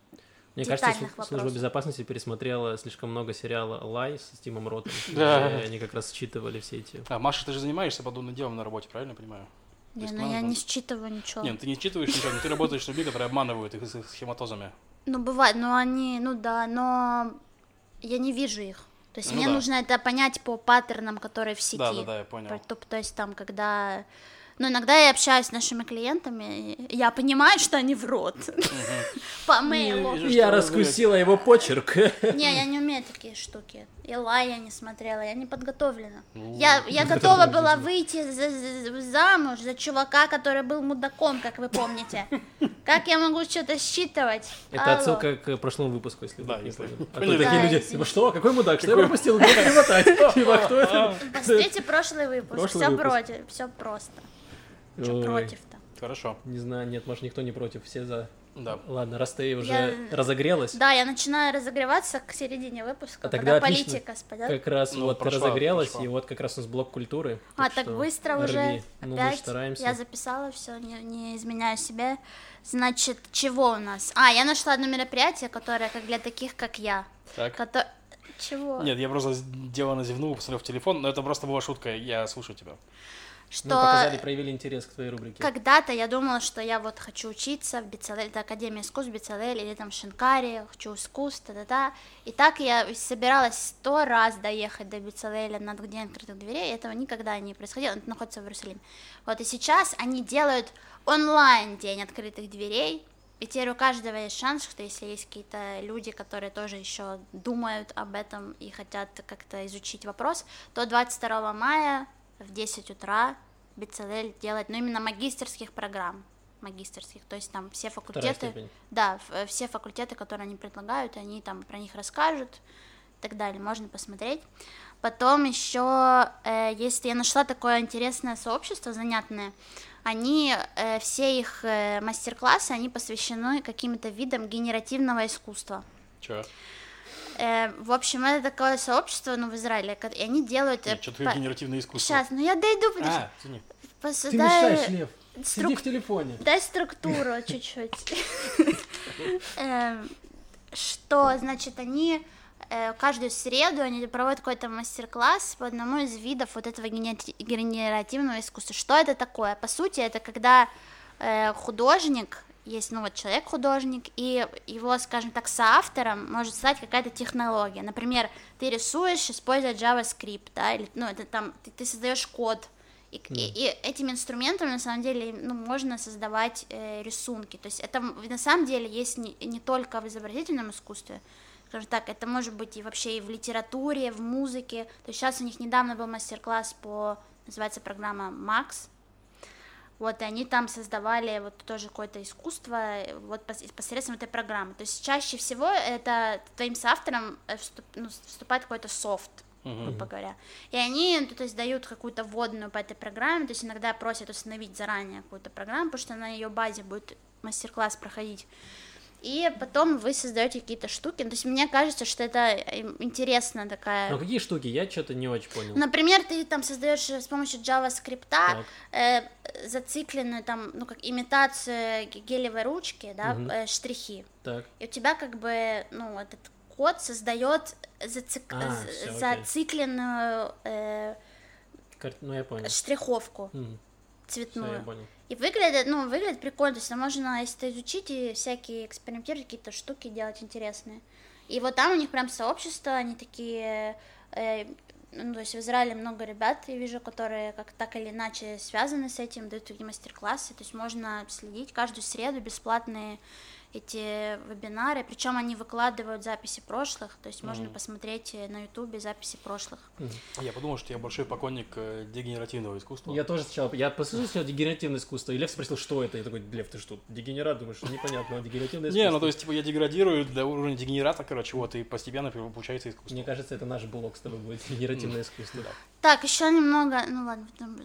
Мне детальных кажется, вопросов. Служба безопасности пересмотрела слишком много сериала «Лай» с Тимом Ротом. Да. Они как раз считывали все эти... А, Маша, ты же занимаешься подобным делом на работе, правильно я понимаю? Не, ну я не считываю ничего. Нет, ты не считываешь ничего, но ты работаешь с людьми, которые обманывают их с их схематозами. Ну, бывает, но они, ну да, но я не вижу их. То есть ну мне да. нужно это понять по паттернам, которые в сети. Да, да, да, я понял. То, то есть там, когда... Ну, иногда я общаюсь с нашими клиентами, я понимаю, что они врут. По мейлу. Я раскусила его почерк. Не, я не умею такие штуки. И лай я не смотрела, я не подготовлена. Я, я готова была выйти за, замуж за чувака, который был мудаком, как вы помните. Как я могу что-то считывать? Это Алло. Отсылка к прошлому выпуску, если да, вы не поняли. А то такие да, люди, если... типа, что? Какой мудак? Что я пропустил? Где перемотать? Типа, кто это? Посмотрите прошлый выпуск, все против, все просто. Что против-то? Хорошо. Не знаю, нет, может, никто не против, все за... Да. Ладно, раз ты уже я... разогрелась. Да, я начинаю разогреваться к середине выпуска, а тогда когда отлично. политика спадет. Как раз ну, вот прошла, ты разогрелась, прошла. И вот как раз у нас блок культуры. А, так, так что быстро рви. уже? Ну, Опять? мы стараемся. Я записала все, не, не изменяю себе. Значит, чего у нас? А, я нашла одно мероприятие, которое как для таких, как я. Так. Кото... Чего? Нет, я просто делано зевнул, посмотрел в телефон, но это просто была шутка, я слушаю тебя. что... Ну, показали, проявили интерес к твоей рубрике. Когда-то я думала, что я вот хочу учиться в Бицалель, это Академия искусств Бицалель, или там в Шинкаре, хочу искусств, та-та-та. И так я собиралась сто раз доехать до Бицалеля на День открытых дверей, и этого никогда не происходило, это находится в Иерусалиме. Вот и сейчас они делают онлайн День открытых дверей, и теперь у каждого есть шанс, что если есть какие-то люди, которые тоже еще думают об этом и хотят как-то изучить вопрос, то двадцать второго мая в десять утра Бицалель делает, ну, именно магистерских программ, магистерских, то есть там все факультеты, да, все факультеты, которые они предлагают, они там про них расскажут и так далее, можно посмотреть. Потом еще, э, если я нашла такое интересное сообщество, занятное, они, э, все их э, мастер-классы, они посвящены каким-то видам генеративного искусства. Чё? Э, в общем, это такое сообщество, ну, в Израиле, и они делают... Нет, что такое генеративное искусство? Сейчас, ну я дойду, подожди. А, извини. Пос... Ты дай... мешаешь, Лев, Струк... сиди в телефоне. Дай структуру чуть-чуть. Что, значит, они каждую среду они проводят какой-то мастер-класс по одному из видов вот этого генеративного искусства. Что это такое? По сути, это когда художник... Есть, ну вот, человек-художник, и его, скажем так, соавтором может стать какая-то технология. Например, ты рисуешь, используя JavaScript, да, или, ну, это там, ты, ты создаешь код, и, mm. и, и этими инструментами, на самом деле, ну, можно создавать э, рисунки. То есть это, на самом деле, есть не, не только в изобразительном искусстве, скажем так, это может быть и вообще и в литературе, в музыке. То есть сейчас у них недавно был мастер-класс по, называется программа Max. Вот, и они там создавали вот тоже какое-то искусство вот посредством этой программы. То есть чаще всего это твоим соавтором вступ, ну, вступает какой-то софт, uh-huh. грубо говоря. И они, то есть, дают какую-то вводную по этой программе, то есть иногда просят установить заранее какую-то программу, потому что на ее базе будет мастер-класс проходить. И потом вы создаете какие-то штуки. То есть мне кажется, что это интересная такая... Ну какие штуки? Я что-то не очень понял. Например, ты там создаешь с помощью JavaScript э, зацикленную там, ну как имитацию гелевой ручки, да, угу. э, штрихи. Так. И у тебя как бы, ну, этот код создает зацик... а, всё, зацикленную э, Кар... ну, я понял. штриховку. Угу. Цветную. Всё, я понял. И выглядит, ну, выглядит прикольно, то есть можно, если это изучить, и всякие экспериментировать, какие-то штуки делать интересные. И вот там у них прям сообщество, они такие, э, ну, то есть в Израиле много ребят, я вижу, которые как так или иначе связаны с этим, дают такие мастер-классы, то есть можно следить каждую среду, бесплатные эти вебинары, причем они выкладывают записи прошлых, то есть mm-hmm. можно посмотреть на ютубе записи прошлых. Mm-hmm. Я подумал, что я большой поклонник дегенеративного искусства. Я тоже сначала, я послушал сначала дегенеративное искусство, и Лев спросил, что это, я такой, Лев, ты что, дегенерат, думаешь, непонятно, дегенеративное искусство? Не, ну то есть, типа, я деградирую до уровня дегенерата, короче, вот, и постепенно получается искусство. Мне кажется, это наш блог с тобой будет, генеративное искусство. Так, еще немного, ну ладно,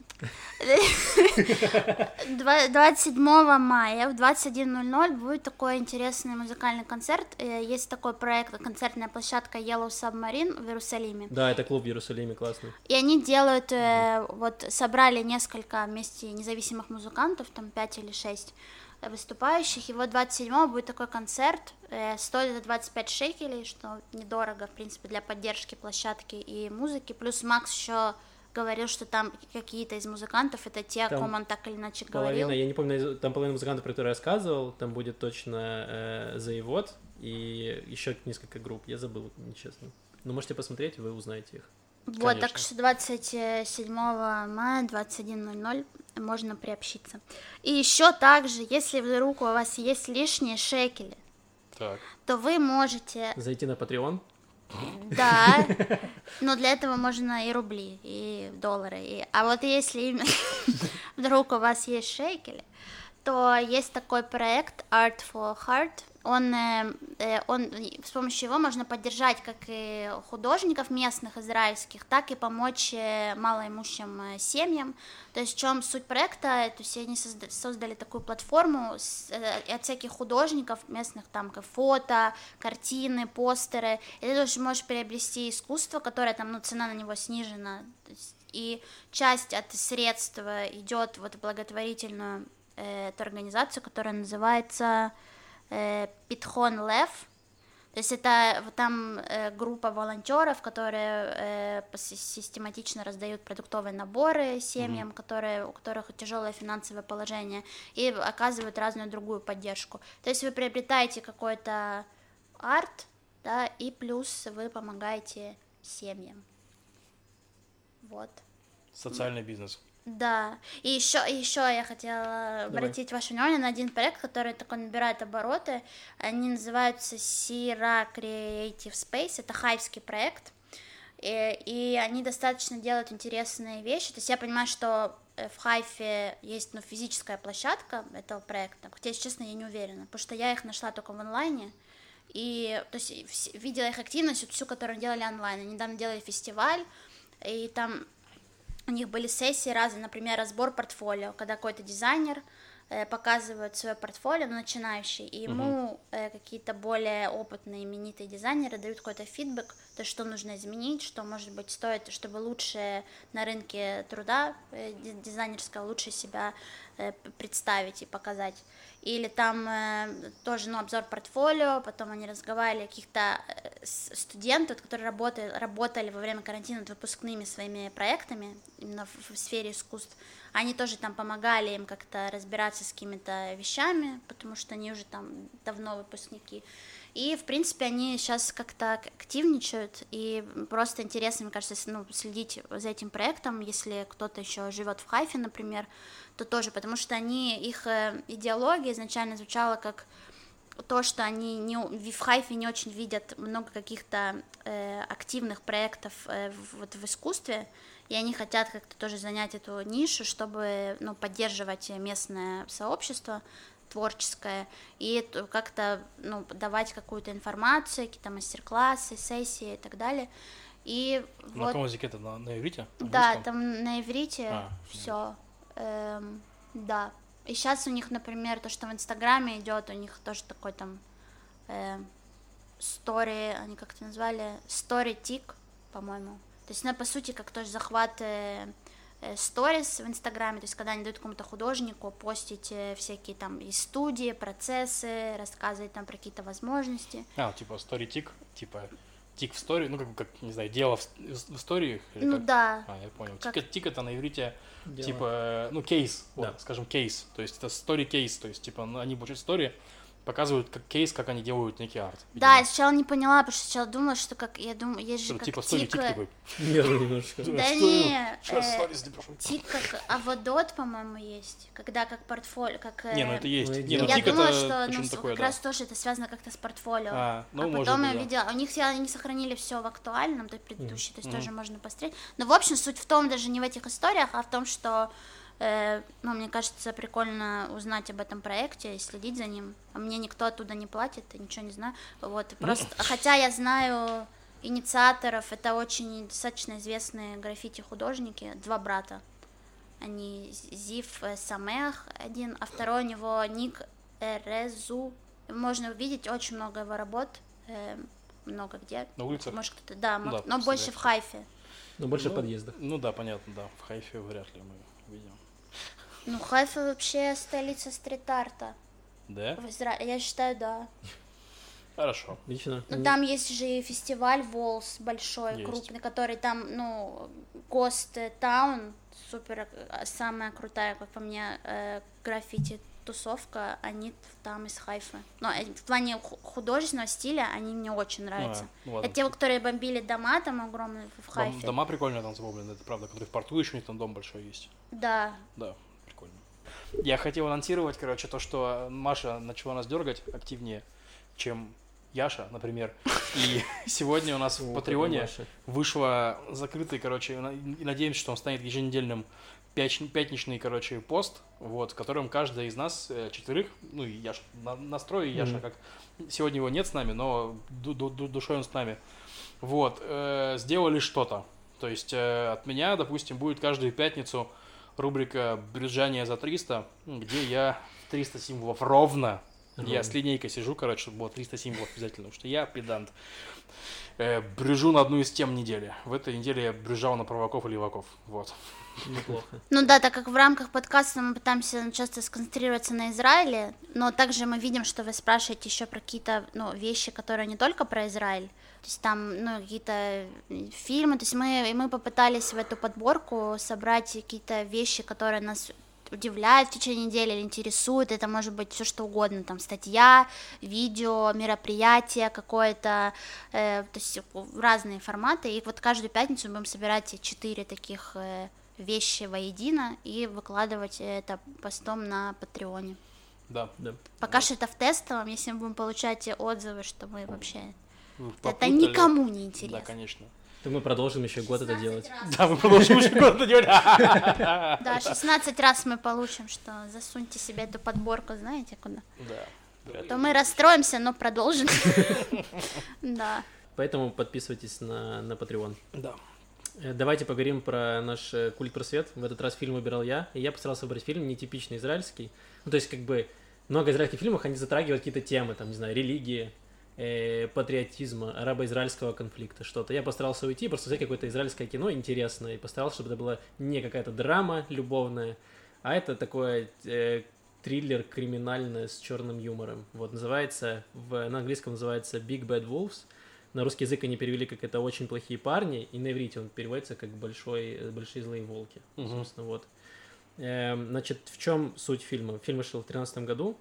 двадцать седьмого мая в двадцать один ноль ноль будет такой интересный музыкальный концерт. Есть такой проект, концертная площадка Yellow Submarine в Иерусалиме. Да, это клуб в Иерусалиме, классный. И они делают, вот собрали несколько вместе независимых музыкантов, там пять или шесть выступающих, и вот двадцать седьмого будет такой концерт, э, стоит это двадцать пять шекелей, что недорого, в принципе, для поддержки площадки и музыки, плюс Макс еще говорил, что там какие-то из музыкантов, это те, там о ком он так или иначе половина, говорил. Я не помню, там половина музыкантов, про которые я рассказывал, там будет точно э, Заевод и еще несколько групп, я забыл, нечестно. Но можете посмотреть, вы узнаете их. Вот, Конечно. так что двадцать седьмого мая, двадцать один ноль ноль можно приобщиться. И еще также, если вдруг у вас есть лишние шекели, так. то вы можете... Зайти на Patreon? Да, но для этого можно и рубли, и доллары. И... А вот если вдруг у вас есть шекели, то есть такой проект Art for Heart. Он, он, с помощью его можно поддержать как и художников местных, израильских, так и помочь малоимущим семьям. То есть в чем суть проекта? То есть они создали такую платформу от всяких художников местных, там как фото, картины, постеры. И ты тоже можешь приобрести искусство, которое там, ну, цена на него снижена. И часть от средств идет вот в благотворительную э, эту организацию, которая называется Питхон Лев, то То есть это вот там э, группа волонтеров, которые э, систематично раздают продуктовые наборы семьям, mm-hmm. которые, у которых тяжелое финансовое положение, и оказывают разную другую поддержку. То есть вы приобретаете какой-то арт, да, и плюс вы помогаете семьям. Вот. Социальный бизнес. Да, и еще, еще я хотела Давай. обратить ваше внимание на один проект, который такой набирает обороты. Они называются Sierra Creative Space, это хайвский проект, и, и они достаточно делают интересные вещи. То есть я понимаю, что в Хайфе есть, ну, физическая площадка этого проекта, хотя, если честно, я не уверена, потому что я их нашла только в онлайне, и то есть видела их активность, всю, которую делали онлайн. Они недавно делали фестиваль, и там у них были сессии разные, например, разбор портфолио, когда какой-то дизайнер э, показывает свое портфолио, начинающий, и ему э, какие-то более опытные, именитые дизайнеры дают какой-то фидбэк, то есть что нужно изменить, что, может быть, стоит, чтобы лучше на рынке труда э, дизайнерского лучше себя э, представить и показать. Или там э, тоже, ну, обзор портфолио, потом они разговаривали о каких-то студентах, которые работали, работали во время карантина над выпускными своими проектами, именно в, в сфере искусств. Они тоже там помогали им как-то разбираться с какими-то вещами, потому что они уже там давно выпускники. И, в принципе, они сейчас как-то активничают, и просто интересно, мне кажется, ну, следить за этим проектом, если кто-то еще живет в Хайфе, например, то тоже, потому что они, их идеология изначально звучала как то, что они не, в Хайфе не очень видят много каких-то э, активных проектов э, в, вот в искусстве, и они хотят как-то тоже занять эту нишу, чтобы, ну, поддерживать местное сообщество творческое и как-то, ну, давать какую-то информацию, какие-то мастер-классы, сессии и так далее. И на вот, каком языке это? На, на иврите? На да, русском? там на иврите а, все, эм, да. И сейчас у них, например, то, что в Инстаграме идет, у них тоже такой там стори, э, они как-то назвали, стори-тик, по-моему. То есть, ну, по сути, как тоже захват сторис э, в Инстаграме, то есть, когда они дают какому-то художнику постить э, всякие там и студии, процессы, рассказывать там про какие-то возможности. А, типа стори-тик, типа тик в стори, ну, как, как, не знаю, дело в, в истории? Ну, как? да. А, я понял. Как... Тик, тик это на иврите, Дело. типа, ну, кейс, да. вот, скажем, кейс, то есть это стори-кейс, то есть, типа, ну, они получают стори, показывают как кейс, как они делают некий арт. Видимо. Да, я сначала не поняла, потому что сначала думала, что как, я думаю, есть же что, как типа тик... стори-тик такой. Нервно немножко. Да не, тик как Аводот, по-моему, есть, когда как портфолио, как... Не, ну это есть. Ну, Не, ну я тик думала, это что почему ну, такое, как да. раз тоже это связано как-то с портфолио. А, ну, а может потом быть, я да. видела, у них все, они сохранили все в актуальном, то есть предыдущий, то есть Мгм. тоже можно посмотреть. Но в общем суть в том, даже не в этих историях, а в том, что, э, ну, мне кажется, прикольно узнать об этом проекте и следить за ним. А мне никто оттуда не платит, и ничего не знаю. Вот, просто, хотя я знаю инициаторов, это очень достаточно известные граффити-художники, два брата. Они Зив Самех один, а второй у него ник Эрезу. Можно увидеть очень много его работ, э, много где. На улицах? Может, кто-то, да, Ну может, да, но больше представляю. в Хайфе. Но больше ну, в подъездах. Ну да, понятно, да. В Хайфе вряд ли мы видим. Ну, Хайфа вообще столица стрит-арта. Да? В Израиле, я считаю, да. Хорошо. Отлично. Ну, там есть же и фестиваль Волс большой, Есть. крупный, который там, ну, Гост Таун, супер, э, самая крутая, как по мне, э, граффити-тусовка, они там из Хайфы. Но э, в плане ху- художественного стиля они мне очень нравятся. А, ну ладно. Это те, которые бомбили дома там огромные в Дом- Хайфе. дома прикольные там забомблены, это правда, которые в порту еще у них там дом большой есть. Да. Да, прикольно. Я хотел анонсировать, короче, то, что Маша начала нас дергать активнее, чем Яша, например. И сегодня у нас в О, Патреоне какая Маша. вышла закрытый, короче, и надеемся, что он станет еженедельным пяч- пятничный, короче, пост, вот, в котором каждый из нас, э, четверых, ну и Яша, на- настрой Яша, Мгм. как сегодня его нет с нами, но ду- ду- ду- душой он с нами, вот, э, сделали что-то. То есть э, от меня, допустим, будет каждую пятницу рубрика «Брюзжание за триста», где я триста символов ровно, Я с линейкой сижу, короче, чтобы было триста символов обязательно, потому что я педант. Э, брюжу на одну из тем недели. В этой неделе я брюжал на праваков и леваков. Вот. Неплохо. Ну да, так как в рамках подкаста мы пытаемся часто сконцентрироваться на Израиле, но также мы видим, что вы спрашиваете еще про какие-то ну, вещи, которые не только про Израиль, то есть там ну, какие-то фильмы, то есть мы, мы попытались в эту подборку собрать какие-то вещи, которые нас удивляют в течение недели или интересуют, это может быть все что угодно, там статья, видео, мероприятие какое-то, э, то есть разные форматы, и вот каждую пятницу мы будем собирать четыре таких э, вещи воедино и выкладывать это постом на Патреоне. Да. Да. Пока что это в тестовом, если мы будем получать отзывы, что мы вообще... Вы Это попутали. никому не интересно. Да, конечно. То мы продолжим еще год это делать. Да, мы продолжим еще год это делать. Да, шестнадцать раз мы получим, что засуньте себе эту подборку, знаете, куда. Да. То мы расстроимся, но продолжим. Да. Поэтому подписывайтесь на, на Patreon. Да. Э, Давайте поговорим про наш э, культ просвет. В этот раз фильм выбирал я, и я постарался выбрать фильм нетипичный израильский. Ну, то есть, как бы, много израильских фильмов, они затрагивают какие-то темы, там, не знаю, религии, э, патриотизма, арабо-израильского конфликта, что-то. Я постарался уйти, просто взять какое-то израильское кино интересное, и постарался, чтобы это была не какая-то драма любовная, а это такое э, триллер криминальное с черным юмором. Вот, называется, в, на английском называется Big Bad Wolves. На русский язык они перевели как «Это очень плохие парни», и на иврите он переводится как большой, «Большие злые волки». Мгм. Собственно, вот. Эм, значит, в чем суть фильма? Фильм вышел в две тысячи тринадцатом году.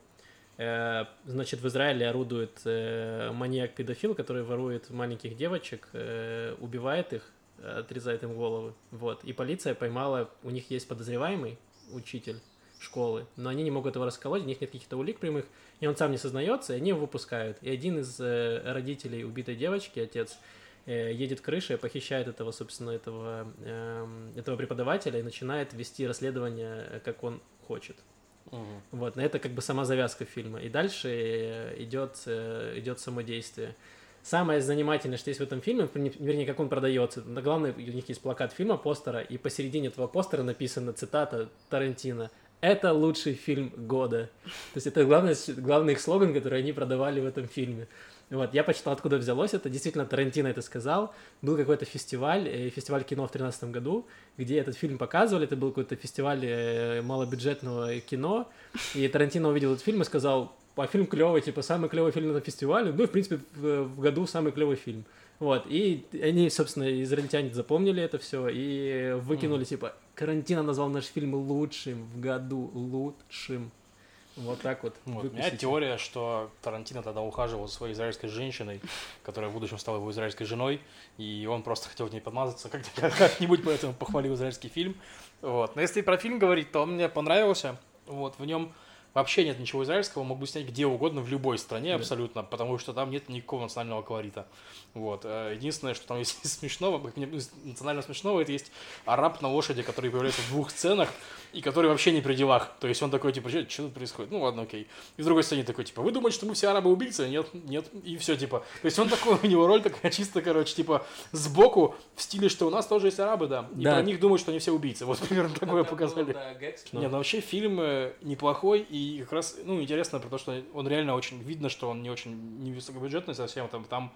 Э, значит, в Израиле орудует э, маньяк-педофил, который ворует маленьких девочек, э, убивает их, отрезает им головы. Вот. И полиция поймала, у них есть подозреваемый, учитель школы, но они не могут его расколоть, у них нет каких-то улик прямых, и он сам не сознается, и они его выпускают. И один из э, родителей убитой девочки, отец, э, едет крышей, похищает этого, собственно, этого, э, этого преподавателя и начинает вести расследование, как он хочет. Мгм. Вот, на это как бы сама завязка фильма. И дальше э, идет, э, идет само действие. Самое занимательное, что есть в этом фильме, вернее, вернее, как он продается. На главной у них есть плакат фильма, постера, и посередине этого постера написана цитата Тарантино: «Это лучший фильм года». То есть это главный, главный их слоган, который они продавали в этом фильме. Вот, я почитал, откуда взялось это. Действительно, Тарантино это сказал. Был какой-то фестиваль, э, фестиваль кино в две тысячи тринадцатом году, где этот фильм показывали. Это был какой-то фестиваль э, малобюджетного кино. И Тарантино увидел этот фильм и сказал: а фильм клевый, типа, самый клевый фильм на этом фестивале. Ну, и, в принципе, в, в году самый клевый фильм. Вот, и они, собственно, израильтяне запомнили это все и выкинули, типа, Тарантино назвал наш фильм лучшим в году, лучшим. Вот так вот. Вот. У меня Выпустите. теория, что Тарантино тогда ухаживал за своей израильской женщиной, которая в будущем стала его израильской женой, и он просто хотел в ней подмазаться, как- как- как-нибудь поэтому похвалил израильский фильм. Вот. Но если про фильм говорить, то он мне понравился. Вот. В нем вообще нет ничего израильского, мог бы снять где угодно, в любой стране Да. абсолютно, потому что там нет никакого национального колорита. Вот. Э, Единственное, что там есть из смешного, как мне- из национально смешного, это есть араб на лошади, который появляется в двух сценах, и который вообще не при делах. То есть он такой, типа, что, что тут происходит? Ну ладно, окей. И в другой сцене такой, типа, вы думаете, что мы все арабы убийцы? Нет, нет. И все, типа. То есть он такой, у него роль такая чисто, короче, типа, сбоку, в стиле, что у нас тоже есть арабы, да. И Да. про них думают, что они все убийцы. Вот примерно такое Это показали. был, да, гэг. Нет, ну вообще фильм э, неплохой, и как раз, ну, интересно про то, что он реально очень, видно, что он не очень не высокобюджетный совсем, там, там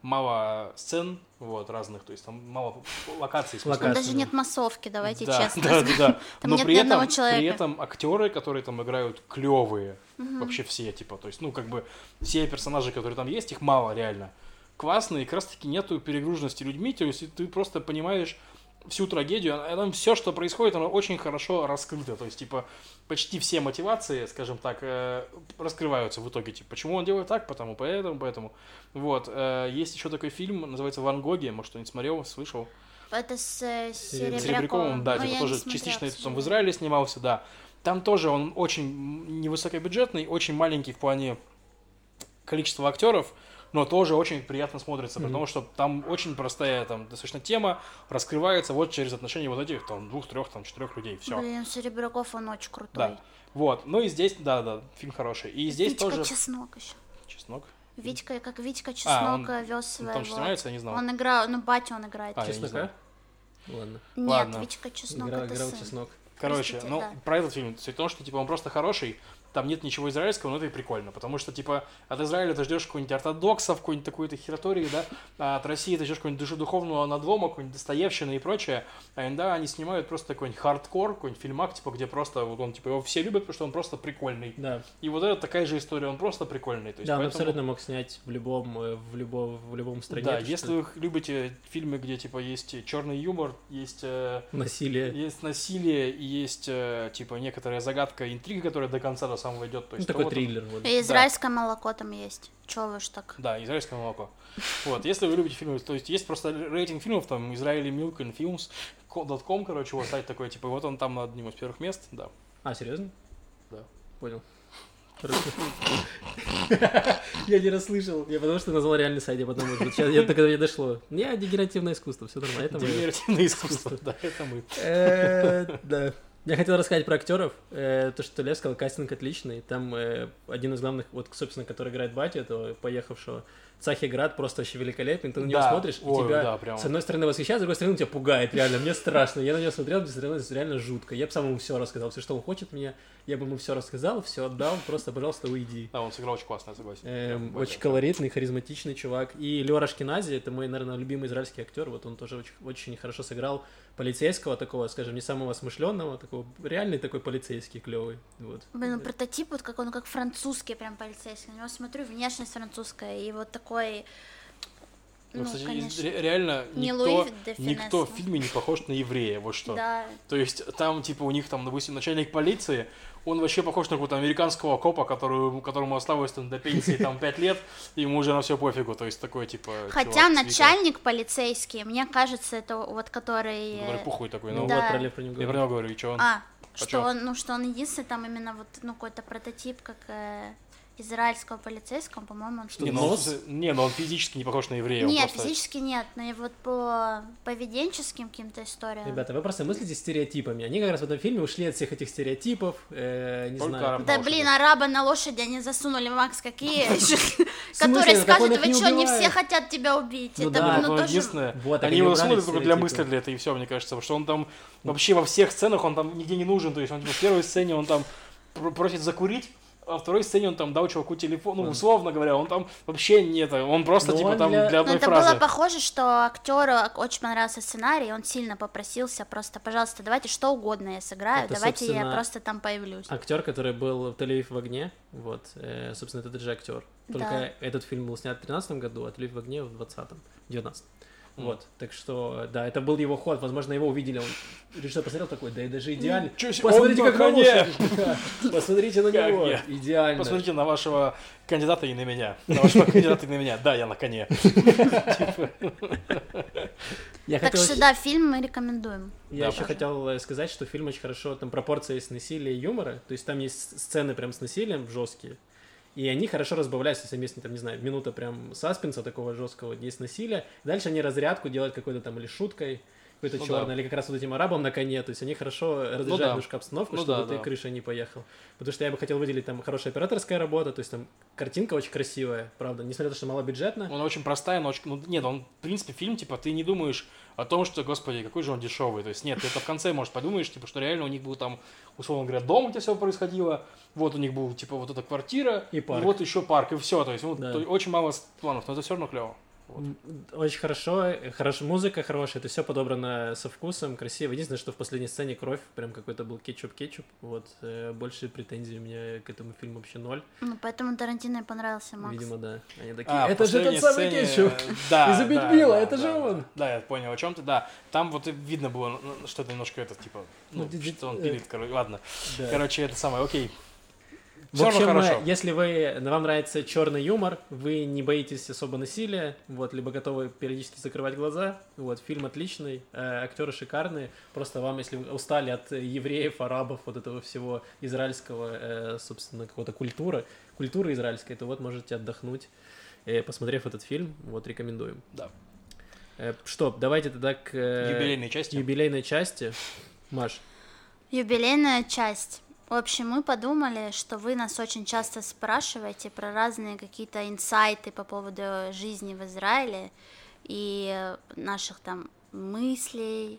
мало сцен, вот, разных, то есть там мало локаций. в смысле. Там Локации, даже да. нет массовки, давайте Да, честно. да, да, да. Там Но нет при ни этом, одного при человека. этом актеры, которые там играют, клевые, вообще все, типа, то есть, ну, как бы, все персонажи, которые там есть, их мало, реально. Классные, и как раз-таки нету перегруженности людьми, то есть ты просто понимаешь всю трагедию, а там все, что происходит, оно очень хорошо раскрыто, то есть, типа, почти все мотивации, скажем так, э, раскрываются в итоге, типа, почему он делает так, потому, поэтому, поэтому. Вот, э, есть еще такой фильм, называется «Ван Гоги», может, кто-нибудь смотрел, слышал? Это с э, С Серебряковым. Серебряковым, да, Но типа я не тоже смотрела, частично к он в сожалению. Израиле снимался, да. Там тоже он очень невысокобюджетный, очень маленький в плане количества актеров, но тоже очень приятно смотрится, Мгм. потому что там очень простая там достаточно тема раскрывается вот через отношения вот этих там двух, трех, там четырех людей, все. Блин, Серебряков, он очень крутой. Да. Вот, ну и здесь, да, да, фильм хороший. И здесь Витька тоже Чеснок еще. чеснок. Витька, как Витька А, Чеснок он- вез Он своего. там что снимается, я не знал. Он играл, ну, батю он играет. А, я не Чеснока? знаю. Ладно. Нет, Ладно. Витька Чеснок Играл, это играл сын. чеснок. Короче, Простите, ну, да. про этот фильм, суть в том, что, типа, он просто хороший, там нет ничего израильского, но это и прикольно, потому что, типа, от Израиля ты ждешь какой-нибудь ортодоксов, какой-нибудь такой-то хератории, да, а от России ты ждешь какой-нибудь душедуховного надлома, какой-нибудь Достоевщины и прочее, а иногда они снимают просто какой-нибудь хардкор, какой-нибудь фильмак, типа, где просто, вот он, типа, его все любят, потому что он просто прикольный. Да. И вот это такая же история, он просто прикольный. То есть, да, он поэтому... абсолютно мог снять в любом, э, в любом, в любом стране. Да, то, если что... вы любите фильмы, где, типа, есть черный юмор, есть... Э, насилие. Есть насилие и есть, э, типа, некоторая загадка, интрига, которая до конца до самого идет. То есть, ну, такой вот триллер. Вот. И израильское да. молоко там есть. Чё вы ж так? Да, израильское молоко. Вот, если вы любите фильмы, то есть есть просто рейтинг фильмов, там, Израили Milk and Films точка ком, короче, вот сайт такой, типа, вот он там на одним из первых мест, да. А, серьезно? Да. Понял. Я не расслышал, я потому что назвал реальный сайт, я потом, сейчас, я только не дошло. Не, дегенеративное искусство, все нормально. Дегенеративное искусство, да, это мы. Да. Я хотел рассказать про актеров. То, что Лев сказал, кастинг отличный. Там один из главных, вот, собственно, который играет батю, этого поехавшего, Цахи Град, просто вообще великолепный. Ты на него да. смотришь, и Ой, тебя да, прям... с одной стороны восхищает, с другой стороны тебя пугает, реально. Мне страшно. Я на него смотрел, мне становилось реально жутко. Я бы сам ему все рассказал, все, что он хочет мне. Я бы ему все рассказал, все отдал, просто, пожалуйста, уйди. Да, он сыграл очень классно, я согласен. Эм, очень колоритный, харизматичный чувак. И Лёра Ашкенази, это мой, наверное, любимый израильский актер. Вот он тоже очень, очень хорошо сыграл полицейского такого, скажем, не самого смышленного, такого реальный такой полицейский клевый. Вот. Блин, ну прототип вот как он как французский прям полицейский. На него смотрю, внешность французская и вот такой. Ну, ну, кстати, конечно, ре- реально не никто, Луи де никто Финес, в фильме не похож на еврея, вот что. Да. То есть там, типа, у них там, допустим, начальник полиции, он вообще похож на какого-то американского копа, который, которому осталось там до пенсии там пять лет, и ему уже на все пофигу, то есть такой, типа, Хотя чувак, начальник полицейский, мне кажется, это вот который... который пухлый такой, Ну ну, да. вот, про Лев про него я про говорю. него говорю, и что он? А, что чё? он, ну, что он единственный там именно вот, ну, какой-то прототип, как э, израильского полицейского, по-моему, он Не, ну, он, не, ну он физически не похож на еврея. Нет, просто... физически нет, но и вот по поведенческим каким-то историям. Ребята, вы просто мыслите стереотипами. Они как раз в этом фильме ушли от всех этих стереотипов, э, не Только знаю. араб. Да на блин, лошади. араба на лошади они засунули, Макс, какие? смысле? Которые Так он скажут, их вы не что, не убивает. все хотят тебя убить. Ну Это, да, ну, Ну, тоже... единственное, Вот, так они они его убрали засунули только для стереотипы. мысли для этого, и все, мне кажется, потому что он там вообще во всех сценах, он там нигде не нужен, то есть он типа, в первой сцене он там пр- просит закурить, а во второй сцене он там дал чуваку телефон, ну, условно говоря, он там вообще нет, он просто Ну, типа он там для- для Но одной это фразы. было похоже, что актеру очень понравился сценарий, он сильно попросился просто, пожалуйста, давайте что угодно я сыграю, Это, давайте я собственно, просто там появлюсь. Актер, который был в Тель-Авив в огне, вот, э, собственно, этот же актер. Только Да. этот фильм был снят в тринадцатом году, а Тель-Авив в огне в двадцатом, девятнадцатом. Mm. Вот, так что, да, это был его ход, возможно, его увидели, он режиссер посмотрел такой, да и даже идеально. Ничего себе, Посмотрите, он на как на коне! лошади. Да, посмотрите на Как него, я. идеально. Посмотрите на вашего кандидата и на меня. На вашего кандидата и на меня. Да, я на коне. Я Так хотел что да, фильм мы рекомендуем. Я Да, еще пожалуйста. хотел э, сказать, что фильм очень хорошо, там пропорция есть насилия и юмора, то есть там есть сцены прям с насилием жесткие, и они хорошо разбавляются, если есть, там, не знаю, минута прям саспенса такого жесткого, есть насилие, дальше они разрядку делают какой-то там или шуткой, какой-то Ну черный, да. или как раз вот этим арабом на коне, то есть они хорошо разряжают да. немножко обстановку, Ну чтобы да, ты да. крышей не поехал. Потому что я бы хотел выделить там хорошая операторская работа, то есть там картинка очень красивая, правда, несмотря на то, что малобюджетно. Он очень простая, но очень... Ну, нет, он, в принципе, фильм, типа, ты не думаешь о том, что, господи, какой же он дешевый. То есть, нет, ты это в конце, может, подумаешь, типа, что реально у них был там, условно говоря, дом, где все происходило, вот у них был, типа, вот эта квартира, И парк. вот еще парк, и все. То есть, ну, Да. то- очень мало планов, но это все равно клево. Вот. М, Очень хорошо, э, хорошо, музыка хорошая, это все подобрано со вкусом, красиво. Единственное, что в последней сцене кровь, прям какой-то был кетчуп-кетчуп, вот, э, больше претензий у меня к этому фильму вообще ноль, Ну, поэтому Тарантино и понравился, Макс. видимо, да. Они такие, А, в это же тот последней самый сцене, кетчуп да, из «Убить да, Билла», да, это да, же да. он. Да, я понял, о чем ты, да. Там вот и видно было, ну, что это немножко это, типа, ну, Ну, ди- ди- что он э, пилит, короче, ладно. Да. Короче, это самое, окей. В Все равно общем, хорошо. э, если вы, вам нравится черный юмор, вы не боитесь особо насилия, вот, либо готовы периодически закрывать глаза, вот, фильм отличный, э, актеры шикарные, просто вам, если вы устали от евреев, арабов, вот этого всего израильского, э, собственно, какого-то культуры, культуры израильской, то вот можете отдохнуть, э, посмотрев этот фильм, вот, рекомендуем. Да. Э, что, давайте тогда к э, Юбилейной части. юбилейной части. Маш, Юбилейная часть. В общем, мы подумали, что вы нас очень часто спрашиваете про разные какие-то инсайты по поводу жизни в Израиле и наших там мыслей,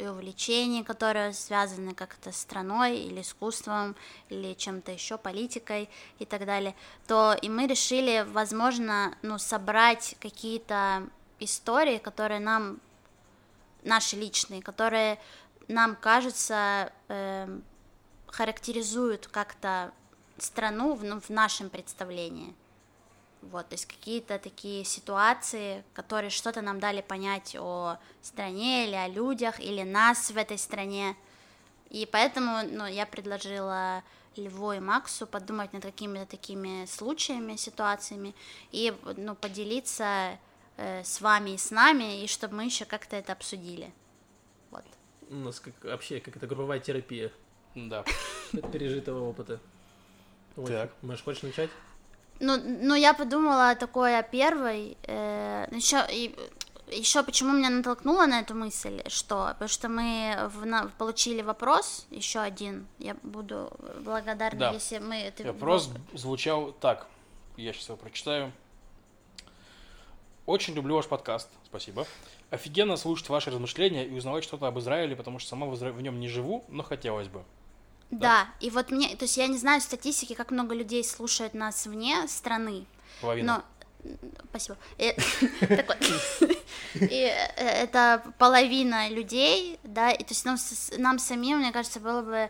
и увлечений, которые связаны как-то с страной или искусством, или чем-то еще, политикой и так далее, то и мы решили, возможно, ну, собрать какие-то истории, которые нам, наши личные, которые нам кажется, э, характеризуют как-то страну в, ну, в нашем представлении. Вот, то есть какие-то такие ситуации, которые что-то нам дали понять о стране или о людях, или нас в этой стране. И поэтому, ну, я предложила Льву и Максу подумать над какими-то такими случаями, ситуациями, и, ну, поделиться э, с вами и с нами, и чтобы мы еще как-то это обсудили. Вот. У нас как, вообще какая-то групповая терапия. Да. От пережитого опыта. Ой, Так. Маш, хочешь начать? Ну, ну, я подумала такое о первой, э, еще, и, еще почему меня натолкнуло на эту мысль, что, потому что мы в, на, получили вопрос, еще один, я буду благодарна, Да. если мы... Это... Вопрос звучал так, я сейчас его прочитаю. Очень люблю ваш подкаст, спасибо. Офигенно слушать ваши размышления и узнавать что-то об Израиле, потому что сама в, Изра... в нем не живу, но хотелось бы. Да, да, и вот мне, то есть я не знаю статистики, как много людей слушают нас вне страны. Половина. Но... Спасибо. И это половина людей, да, и то есть нам самим, мне кажется, было бы,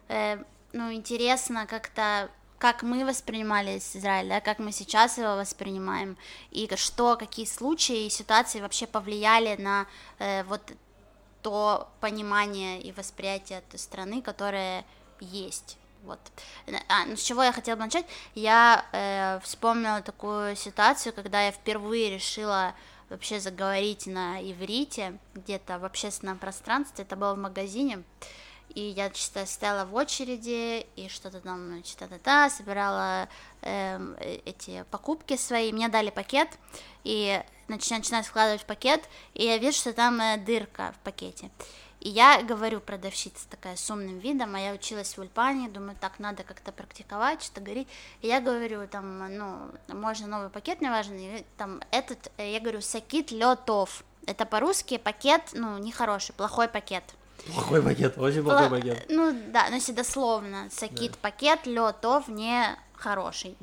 ну, интересно как-то, как мы воспринимали Израиль, да, как мы сейчас его воспринимаем, и что, какие случаи и ситуации вообще повлияли на вот то понимание и восприятие этой страны, которое есть. Вот. А, ну, с чего я хотела бы начать? Я э, вспомнила такую ситуацию, когда я впервые решила вообще заговорить на иврите, где-то в общественном пространстве, это было в магазине, и я чисто стояла в очереди, и что-то там, значит, та-та-та, собирала э, эти покупки свои, мне дали пакет, и начинаю, начинаю складывать в пакет, и я вижу, что там э, дырка в пакете. И я говорю продавщица такая с умным видом, а я училась в Ульпане, думаю, так, надо как-то практиковать, что-то говорить. И я говорю, там, ну, можно новый пакет, мне важен, и, там, этот, я говорю, сакит лётов. Это по-русски пакет, ну, нехороший, плохой пакет. Плохой пакет, очень плохой Пла- пакет. Ну, да, ну, если дословно, сакит да. пакет, лётов не хороший.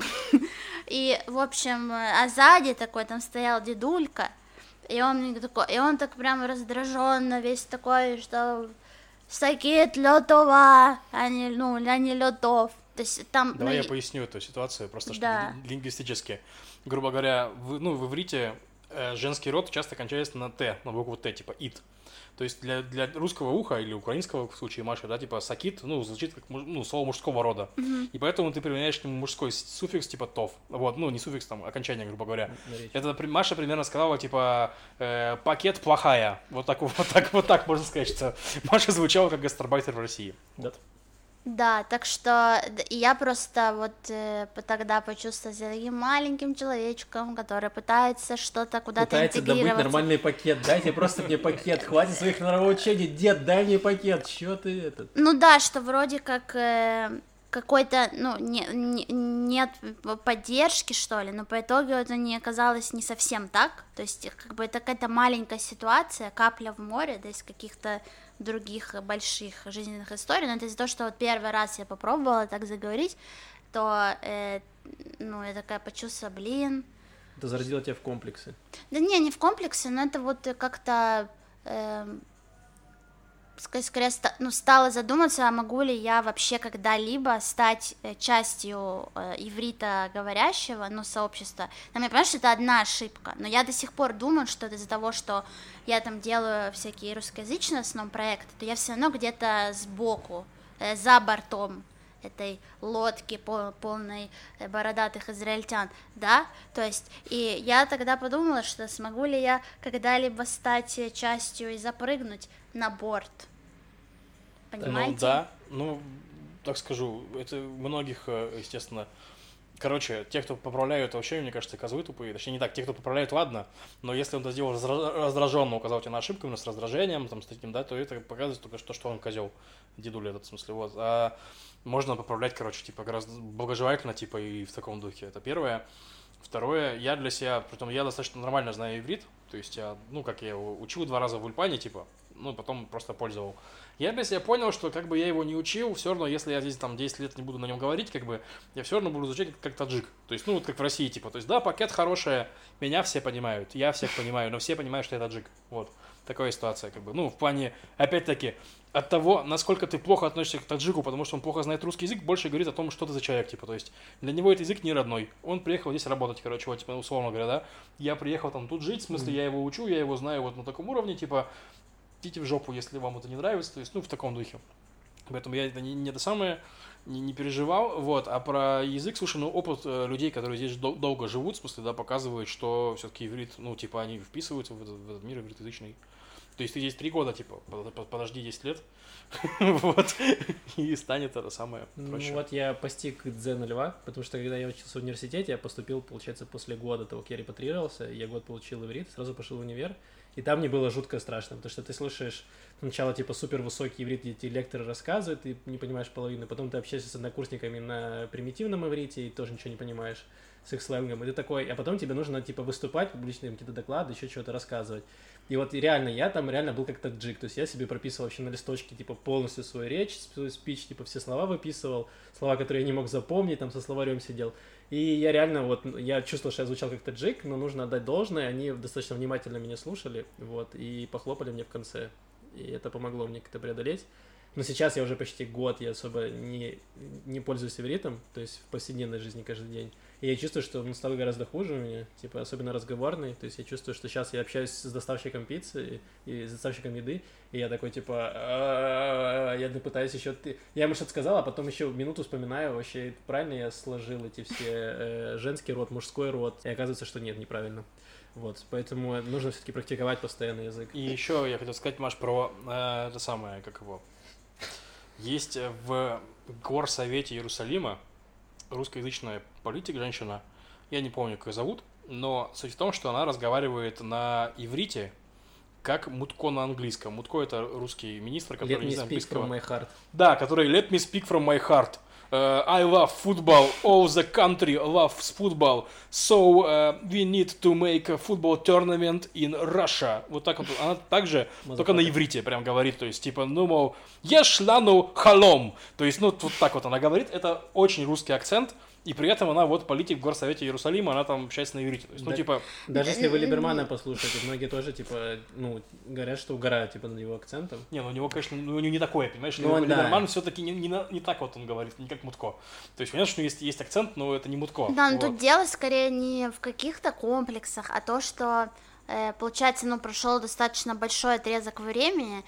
И, в общем, а сзади такой, там стоял дедулька, и он мне такой, и он так прям раздраженно весь такой, что сакит лётова, а не, ну, а не лётов. То есть там... Давай ну, я поясню эту ситуацию, просто да. что лингвистически. Грубо говоря, в, ну, в иврите э, женский род часто кончается на Т, на букву Т, типа ит. То есть для, для русского уха или украинского, в случае Маши, да, типа сакит, ну, звучит как ну, слово мужского рода. Mm-hmm. И поэтому ты применяешь к нему мужской суффикс, типа тов. Вот, ну, не суффикс, там, окончание, грубо говоря. Mm-hmm. Это Маша примерно сказала, типа, э, пакет плохая. Вот так, вот, так, вот так можно сказать, что Маша звучала как гастарбайтер в России. Да. Да, так что я просто вот э, тогда почувствовала себя таким маленьким человечком, который пытается что-то куда-то пытается интегрироваться. Пытается добыть нормальный пакет. Дайте просто мне пакет. Хватит своих нравоучений. Дед, дай мне пакет. Чё ты этот? Ну да, что вроде как э, какой-то, ну, не, не, нет поддержки, что ли, но по итогу это не оказалось не совсем так. То есть как бы это какая-то маленькая ситуация, капля в море, да, из каких-то других больших жизненных историй, но это из-за того, что вот первый раз я попробовала так заговорить, то, э, ну, я такая почувствовала, блин... Это зародило тебя в комплексы? Да не, не в комплексы, но это вот как-то, э, скорее, ну, стала задуматься, а могу ли я вообще когда-либо стать частью э, иврита говорящего, ну, сообщества. Там, я понимаю, что это одна ошибка, но я до сих пор думаю, что это из-за того, что я там делаю всякие русскоязычные в основном проекты, то я все равно где-то сбоку, э, за бортом этой лодки пол, полной э, бородатых израильтян, да, то есть, и я тогда подумала, что смогу ли я когда-либо стать частью и запрыгнуть на борт, понимаете? Ну да, ну, так скажу, это многих, естественно, короче, те, кто поправляют, это вообще, мне кажется, козлы тупые. Точнее, не так, те, кто поправляют, ладно, но если он это сделал раздраженно, указал тебе на ошибку, именно с раздражением, там, с таким, да, то это показывает только что, что он козел, дедуля этот, в смысле, вот. А можно поправлять, короче, типа, гораздо благожелательно, типа, и в таком духе. Это первое. Второе, я для себя, притом я достаточно нормально знаю иврит, то есть я, ну, как я его учил два раза в Ульпане, типа, ну, потом просто пользовал. Я для себя понял, что как бы я его не учил, все равно, если я здесь там десять лет не буду на нем говорить, как бы, я все равно буду изучать как, как таджик. То есть, ну, вот как в России, типа, то есть, да, пакет хорошая, меня все понимают, я всех понимаю, но все понимают, что я таджик. Вот. Такая ситуация, как бы. Ну, в плане, опять-таки, от того, насколько ты плохо относишься к таджику, потому что он плохо знает русский язык, больше говорит о том, что ты за человек, типа, то есть, для него этот язык не родной. Он приехал здесь работать, короче, вот, типа, условно говоря, да. Я приехал там тут жить, в смысле, я его учу, я его знаю вот на таком уровне, типа, идите в жопу, если вам это не нравится, то есть, ну, в таком духе. Поэтому я это не, не это самое, не, не переживал, вот. А про язык, слушай, ну, опыт э, людей, которые здесь дол- долго живут, в смысле, да, показывает, что все-таки иврит, ну, типа, они вписываются в этот, в этот мир ивритоязычный. То есть ты здесь три года, типа, подожди десять лет, вот, и станет это самое проще. Ну вот я постиг дзен льва, потому что когда я учился в университете, я поступил, получается, после года того, как я репатрировался, я год получил иврит, сразу пошел в универ, и там мне было жутко страшно, потому что ты слушаешь сначала, типа, супер высокий иврит, где тебе лекторы рассказывают, ты не понимаешь половину, потом ты общаешься с однокурсниками на примитивном иврите, и тоже ничего не понимаешь с их сленгом, и ты такой, а потом тебе нужно, типа, выступать, публичные какие-то доклады, еще что-то рассказывать. И вот реально, я там реально был как таджик, то есть я себе прописывал вообще на листочке, типа, полностью свою речь, свой спич, типа, все слова выписывал, слова, которые я не мог запомнить, там, со словарем сидел. И я реально, вот, я чувствовал, что я звучал как таджик, но нужно отдать должное, они достаточно внимательно меня слушали, вот, и похлопали мне в конце. И это помогло мне как-то преодолеть. Но сейчас я уже почти год, я особо не, не пользуюсь ивритом, то есть в повседневной жизни каждый день. И я чувствую, что он стал гораздо хуже у меня, типа, особенно разговорный. То есть я чувствую, что сейчас я общаюсь с доставщиком пиццы и с доставщиком еды, и я такой, типа, я пытаюсь еще... Я ему что-то сказал, а потом еще минуту вспоминаю, вообще, правильно я сложил эти все женский род, мужской род, и оказывается, что нет, неправильно. Вот, поэтому нужно все-таки практиковать постоянный язык. И еще я хотел сказать, Маш, про э, это самое, как его. Есть в Горсовете Иерусалима русскоязычная политик, женщина, я не помню, как ее зовут, но суть в том, что она разговаривает на иврите, как Мутко на английском. Мутко — это русский министр, который Let не me знает speak английского. from my heart. Да, который let me speak from my heart. Uh, I love football. All the country loves football. So uh, we need to make a football tournament in Russia. Вот так вот. Она также, только на иврите прям говорит. То есть, типа, ну, мол, еш лану халом. То есть, ну, вот так вот она говорит. Это очень русский акцент. И при этом она вот политик в Горсовете Иерусалима, она там общается на иврите. То есть, Да, ну, типа... Даже если вы Либермана послушаете, многие тоже, типа, ну, говорят, что угорают, типа, над его акцентом. Не, ну у него, конечно, ну, у него не такое, понимаешь? Ну, он, Либерман да. все-таки не, не, на- не так вот он говорит, не как Мутко. То есть, понятно, что есть, есть акцент, но это не Мутко. Да, но Вот. тут дело скорее не в каких-то комплексах, а то, что, э, получается, ну, прошел достаточно большой отрезок времени,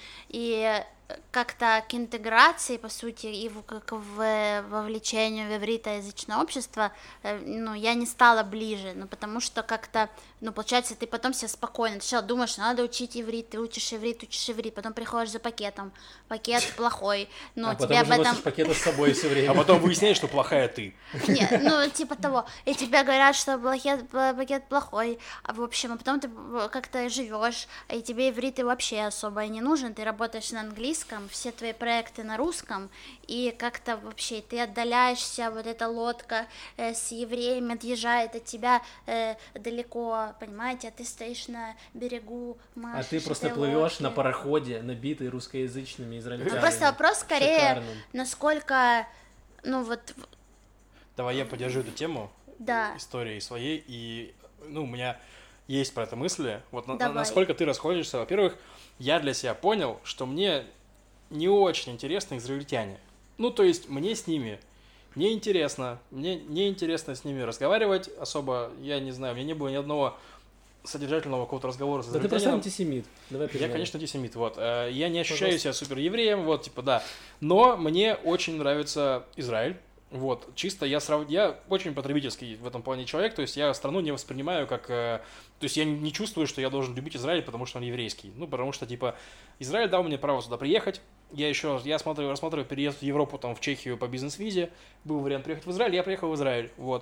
и как-то к интеграции, по сути, и в, как в вовлечению в ивритоязычное общество, э, ну, я не стала ближе, ну, потому что как-то, ну, получается, ты потом себе спокойно, ты сначала думаешь, надо учить иврит, ты учишь иврит, учишь иврит, потом приходишь за пакетом, пакет плохой, ну, А тебе потом об уже этом... носишь пакеты с собой все время. А потом выясняешь, что плохая ты. Нет, ну, типа того. И тебе говорят, что пакет, пакет плохой, а в общем, а потом ты как-то живешь, и тебе иврит и вообще особо и не нужен, ты работаешь на английском, все твои проекты на русском, и как-то вообще ты отдаляешься, вот эта лодка э, с евреями отъезжает от тебя э, далеко, понимаете, а ты стоишь на берегу, машешь А ты просто этой плывешь лодкой. на пароходе, набитый русскоязычными израильтянами. Ну, просто вопрос скорее, Шикарным. насколько, ну, вот, Давай я поддержу эту тему да. истории своей, и, ну, у меня есть про это мысли. Вот на- на- Давай. насколько ты расходишься. Во-первых, я для себя понял, что мне не очень интересны израильтяне. Ну, то есть, мне с ними не интересно, мне не интересно с ними разговаривать особо, я не знаю, у меня не было ни одного содержательного какого-то разговора с Да ты просто израильтянином. антисемит. Давай Я, признаем. конечно, антисемит, вот. Э, Я не ощущаю Пожалуйста. себя суперевреем, вот, типа, да. Но мне очень нравится Израиль. Вот, чисто я срав... я очень потребительский в этом плане человек, то есть я страну не воспринимаю как... э, То есть я не чувствую, что я должен любить Израиль, потому что он еврейский. Ну, потому что, типа, Израиль дал мне право сюда приехать. Я еще, я смотрю, рассматриваю переезд в Европу, там, в Чехию по бизнес-визе. Был вариант приехать в Израиль, я приехал в Израиль, вот.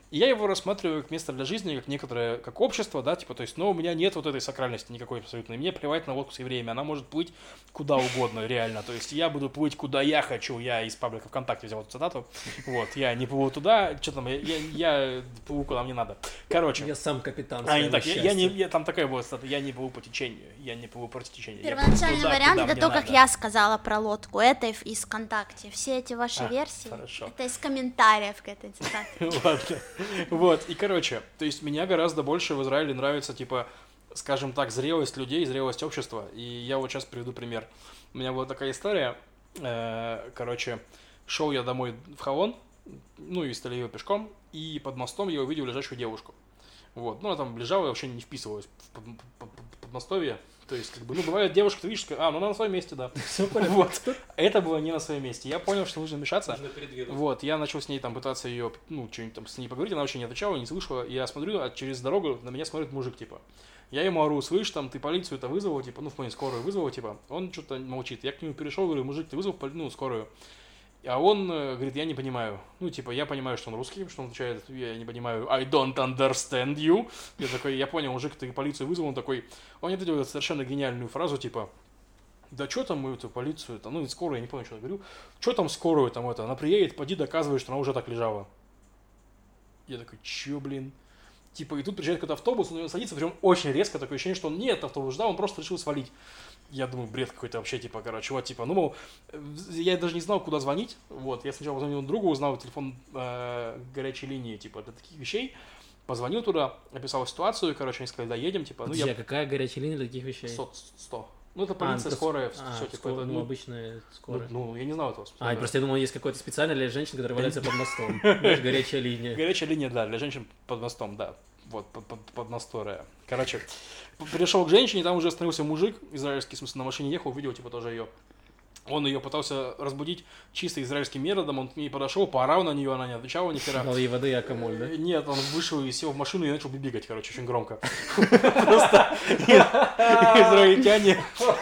И я его рассматриваю как место для жизни, как некоторое, как общество, да, типа, то есть, но у меня нет вот этой сакральности никакой абсолютно. И мне плевать на водку с евреями, она может плыть куда угодно, реально. То есть я буду плыть куда я хочу, я из паблика ВКонтакте взял эту цитату, вот, я не плыву туда, что там, я, я, я плыву куда мне надо. Короче. Я сам капитан А, не так, я, я не, счастья. я, там такая была цитата, я не плыву по течению, я не плыву против течения. Я плыву Первоначальный туда, вариант куда это мне то, как надо. я сказала про лодку. Это из- из ВКонтакте. Все эти ваши А, версии, хорошо. это из комментариев к этой цитате. Ладно. Вот, и, короче, то есть меня гораздо больше в Израиле нравится, типа, скажем так, зрелость людей, зрелость общества. И я вот сейчас приведу пример. У меня была такая история, э, короче, шел я домой в Хавон, ну, из Тель-Авива пешком, и под мостом я увидел лежащую девушку. Вот, ну, она там лежала и вообще не вписывалась в под- под- под- подмостовье. То есть, как бы, ну, бывает девушка, ты видишь, а, ну, она на своем месте, да. Вот. Это было не на своем месте. Я понял, что нужно вмешаться. Вот, я начал с ней там пытаться ее, ну, что-нибудь там с ней поговорить, она вообще не отвечала, не слышала. Я смотрю, а через дорогу на меня смотрит мужик, типа. Я ему ору, слышь, там, ты полицию-то вызвал, типа, ну, в плане скорую вызвал, типа. Он что-то молчит. Я к нему перешел, говорю, мужик, ты вызвал, поли- ну, скорую? А он э, говорит, я не понимаю. Ну, типа, я понимаю, что он русский, что он отвечает, я не понимаю, I don't understand you. Я такой, я понял, мужик, ты полицию вызвал, он такой, он мне делает совершенно гениальную фразу, типа, да что там мы эту полицию, там, ну, и скорую, я не помню, что я говорю, что там скорую, там, это, она приедет, поди доказывай, что она уже так лежала. Я такой, чё, блин? Типа, и тут приезжает какой-то автобус, он садится, причем очень резко, такое ощущение, что он не этот автобус ждал, он просто решил свалить. Я думаю, бред какой-то вообще, типа, короче, вот, типа, ну, мол, я даже не знал, куда звонить, вот, я сначала позвонил другу, узнал телефон э, горячей линии, типа, для таких вещей, позвонил туда, описал ситуацию, короче, они сказали, да, едем, типа, ну, Подожди, я... а какая горячая линия для таких вещей? сто, сто. Ну, это полиция, А, скорая, а, все, типа, скорая, это, ну, ну, обычная ну, скорая. ну, я не знал этого. А, просто я думал, есть какой-то специально для женщин, которые валяются под мостом. Знаешь, горячая линия. Горячая линия, да, для женщин под мостом, да. Вот, под, под, под мостовая. Короче, перешел к женщине, там уже остановился мужик, израильский, в смысле, на машине ехал, увидел, типа, тоже ее. Он ее пытался разбудить чисто израильским методом, он к ней подошел, поорал на нее, она не отвечала ни хера. Дал ей воды и акамоль, да? Нет, он вышел и сел в машину и начал бегать, короче, очень громко. Просто израильтяне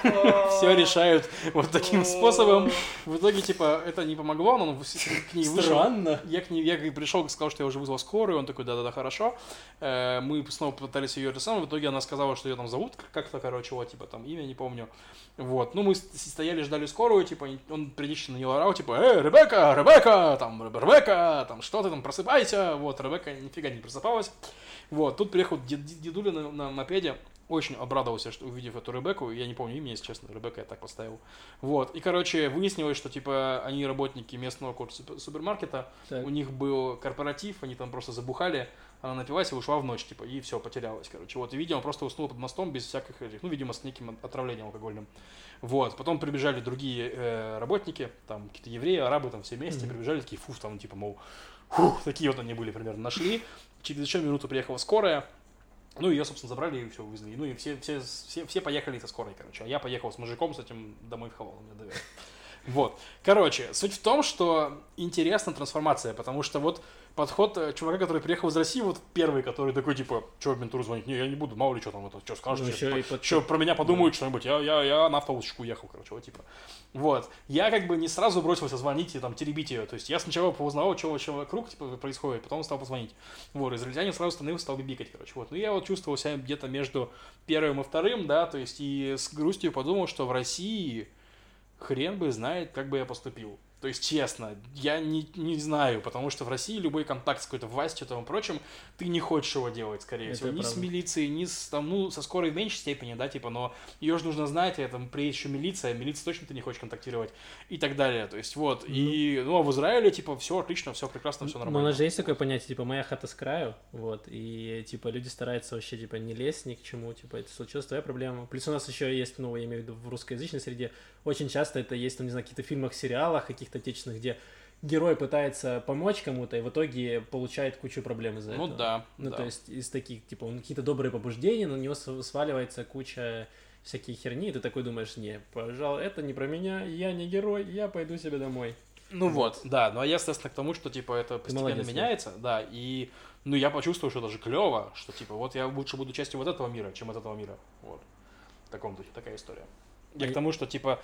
все решают вот таким способом. В итоге, типа, это не помогло, но он к ней вышел. Странно. Я к ней, я пришел, сказал, что я уже вызвал скорую, он такой, да-да-да, хорошо. Э, Мы снова пытались ее это самое, в итоге она сказала, что ее там зовут как-то, короче, вот, типа, там, имя не помню. Вот, ну, мы стояли, ждали скорую, типа, он периодически на нее орал, типа, э, Ребекка, Ребекка, там, Ребекка, там, что ты там, просыпайся, вот, Ребекка нифига не просыпалась. Вот, тут приехал дед, дедуля на, на мопеде, очень обрадовался, что увидев эту Ребекку, я не помню имя, если честно, Ребекка я так поставил. Вот, и, короче, выяснилось, что, типа, они работники местного какого-то супермаркета, Так. у них был корпоратив, они там просто забухали, она напилась и ушла в ночь, типа, и все, потерялась, короче. Вот, и, видимо, просто уснула под мостом без всяких этих, ну, видимо, с неким отравлением алкогольным. Вот, потом прибежали другие э, работники, там, какие-то евреи, арабы, там, все вместе, Мгм. прибежали, такие, фу, там, типа, мол, фух, такие вот они были, примерно, нашли. Через еще минуту приехала скорая, ну, ее, собственно, забрали и все, увезли. Ну, и все, все, все, все поехали со скорой, короче. А я поехал с мужиком, с этим домой в Хавал, он мне доверил. Вот. Короче, суть в том, что интересна трансформация, потому что вот подход э, чувака, который приехал из России, вот первый, который такой, типа, что в ментуру звонить? Не, я не буду, мало ли что там, это, что скажешь, Ну, что, еще и типа, под- что про меня подумают что-нибудь, я, я, я на автобусочку уехал, короче, вот, типа. Вот. Я как бы не сразу бросился звонить и там теребить ее, то есть я сначала поузнавал, что вообще вокруг, типа, происходит, потом стал позвонить. Вот, израильтянин сразу становился, стал бибикать, короче, вот. Ну, я вот чувствовал себя где-то между первым и вторым, да, то есть и с грустью подумал, что в России хрен бы знает, как бы я поступил. То есть, честно, я не, не знаю, потому что в России любой контакт с какой-то властью и тому прочим, ты не хочешь его делать, скорее Это всего. Ни с правда. милицией, ни с, там, ну, со скорой в меньшей степени, да, типа, но ее же нужно знать, и там приедет еще милиция, милиция точно ты не хочешь контактировать, и так далее. То есть, вот, и, ну, а в Израиле, типа, все отлично, все прекрасно, все Ну, у нормально. нас же есть такое понятие, типа, моя хата с краю, вот, и, типа, люди стараются вообще, типа, не лезть ни к чему, типа, это случилась твоя проблема. Плюс у нас еще есть, ну, я имею в виду в русскоязычной среде, очень часто это есть, там, не знаю, каких-то фильмах, сериалах каких-то отечественных, где герой пытается помочь кому-то и в итоге получает кучу проблем из-за Ну этого. да, Ну, да. то есть из таких, типа, он какие-то добрые побуждения, на него св- сваливается куча всякие херни, и ты такой думаешь, не, пожалуй, это не про меня, я не герой, я пойду себе домой. Ну вот, да, ну а я, соответственно, к тому, что, типа, это постепенно молодец, меняется, да, и, ну, я почувствовал, что даже клево, что, типа, вот я лучше буду частью вот этого мира, чем от этого мира, вот, в таком духе, такая история. Я А к тому, что, типа,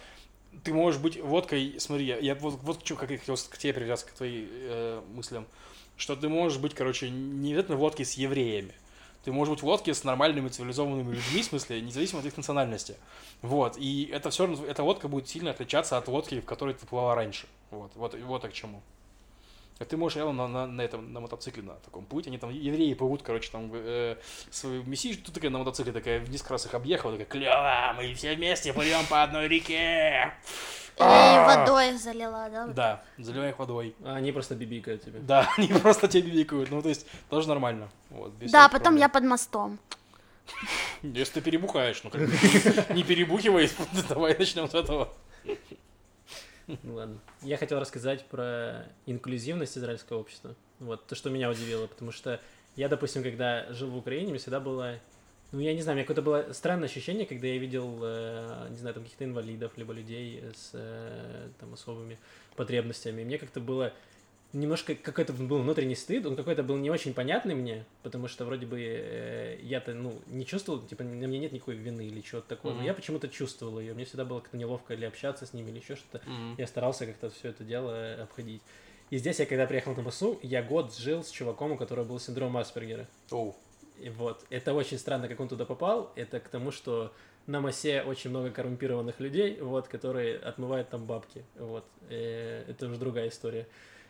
ты можешь быть водкой, смотри, я, я вот, вот что, как я хотел к тебе привязаться, к твоим э, мыслям, что ты можешь быть, короче, не обязательно водкой с евреями. Ты можешь быть водки с нормальными цивилизованными людьми, в смысле, независимо от их национальности. Вот. И это все равно, эта водка будет сильно отличаться от водки, в которой ты плавала раньше. Вот. Вот, вот к чему. А ты можешь реально на, на, на этом, на мотоцикле, на таком путь, они там, евреи плывут, короче, там, э, свою мессию, тут такая на мотоцикле, такая, несколько раз их объехала, такая, клево, мы все вместе плывем по одной реке. И водой их залила, да? Да, заливай их водой. А они просто бибикают тебе. Да, они просто тебе бибикают, ну, то есть, тоже нормально. Вот, да, потом я под мостом. Если ты перебухаешь, ну, как бы, не перебухивай, давай начнем с этого. Ну ладно. Я хотел рассказать про инклюзивность израильского общества. Вот, то, что меня удивило, потому что я, допустим, когда жил в Украине, мне всегда было... Ну, я не знаю, у меня какое-то было странное ощущение, когда я видел, э, не знаю, там каких-то инвалидов, либо людей с э, там особыми потребностями. И мне как-то было немножко, какой-то был внутренний стыд, он какой-то был не очень понятный мне, потому что вроде бы э, я-то, ну, не чувствовал, типа, на мне нет никакой вины или чего-то такого, mm-hmm. но я почему-то чувствовал ее, мне всегда было как-то неловко или общаться с ними, или еще что-то. Mm-hmm. Я старался как-то все это дело обходить. И здесь я, когда приехал на басу, я год жил с чуваком, у которого был синдром Аспергера. Oh. И вот. Это очень странно, как он туда попал. Это к тому, что на массе очень много коррумпированных людей, вот, которые отмывают там бабки. Вот. И это уже другая история.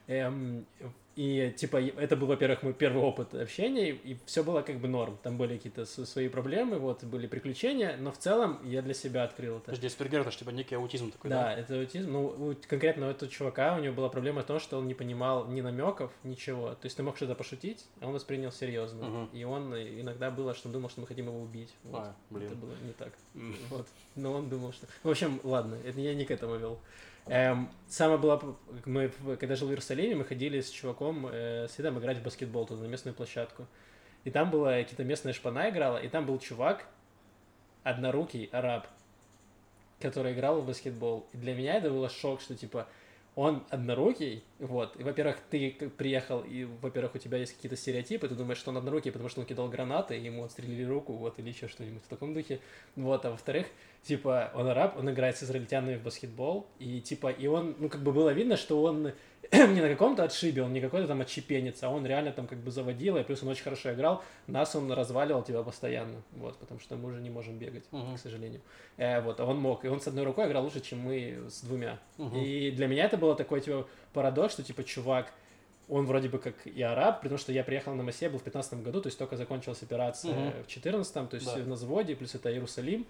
Эм, и, типа, это был, во-первых, мой первый опыт общения, и все было как бы норм. Там были какие-то свои проблемы, вот, были приключения, но в целом я для себя открыл это. Подожди, Аспергер, это же, типа, некий аутизм такой, да? Да, это аутизм. Ну, конкретно у этого чувака, у него была проблема в том, что он не понимал ни намеков, ничего. То есть ты мог что-то пошутить, а он воспринял серьезно. Uh-huh. И он иногда было, что он думал, что мы хотим его убить. Вот. А, блин. Это было не так. Mm. Вот. Но он думал, что... В общем, ладно, это я не к этому вел. Эм, самое было, мы, когда жил в Иерусалиме, мы ходили с чуваком э, с Идом играть в баскетбол туда, на местную площадку. И там была какая-то местная шпана играла, и там был чувак, однорукий араб, который играл в баскетбол. И для меня это было шок, что, типа, он однорукий, вот, и, во-первых, ты приехал, и, во-первых, у тебя есть какие-то стереотипы, ты думаешь, что он однорукий, потому что он кидал гранаты, и ему отстрелили руку, вот, или еще что-нибудь в таком духе, вот, а во-вторых, типа, он араб, он играет с израильтянами в баскетбол, и, типа, и он, ну, как бы было видно, что он не на каком-то отшибе, он не какой-то там отщепенец, а он реально там как бы заводил, и плюс он очень хорошо играл, нас он разваливал тебя постоянно, вот, потому что мы уже не можем бегать, uh-huh. к сожалению. Э, вот, а он мог, и он с одной рукой играл лучше, чем мы с двумя. Uh-huh. И для меня это было такой, типа, парадокс, что, типа, чувак, он вроде бы как и араб, потому что я приехал на Массе, был в пятнадцатом году, то есть только закончилась операция uh-huh. в четырнадцатом, то есть да. на заводе, плюс это Иерусалим,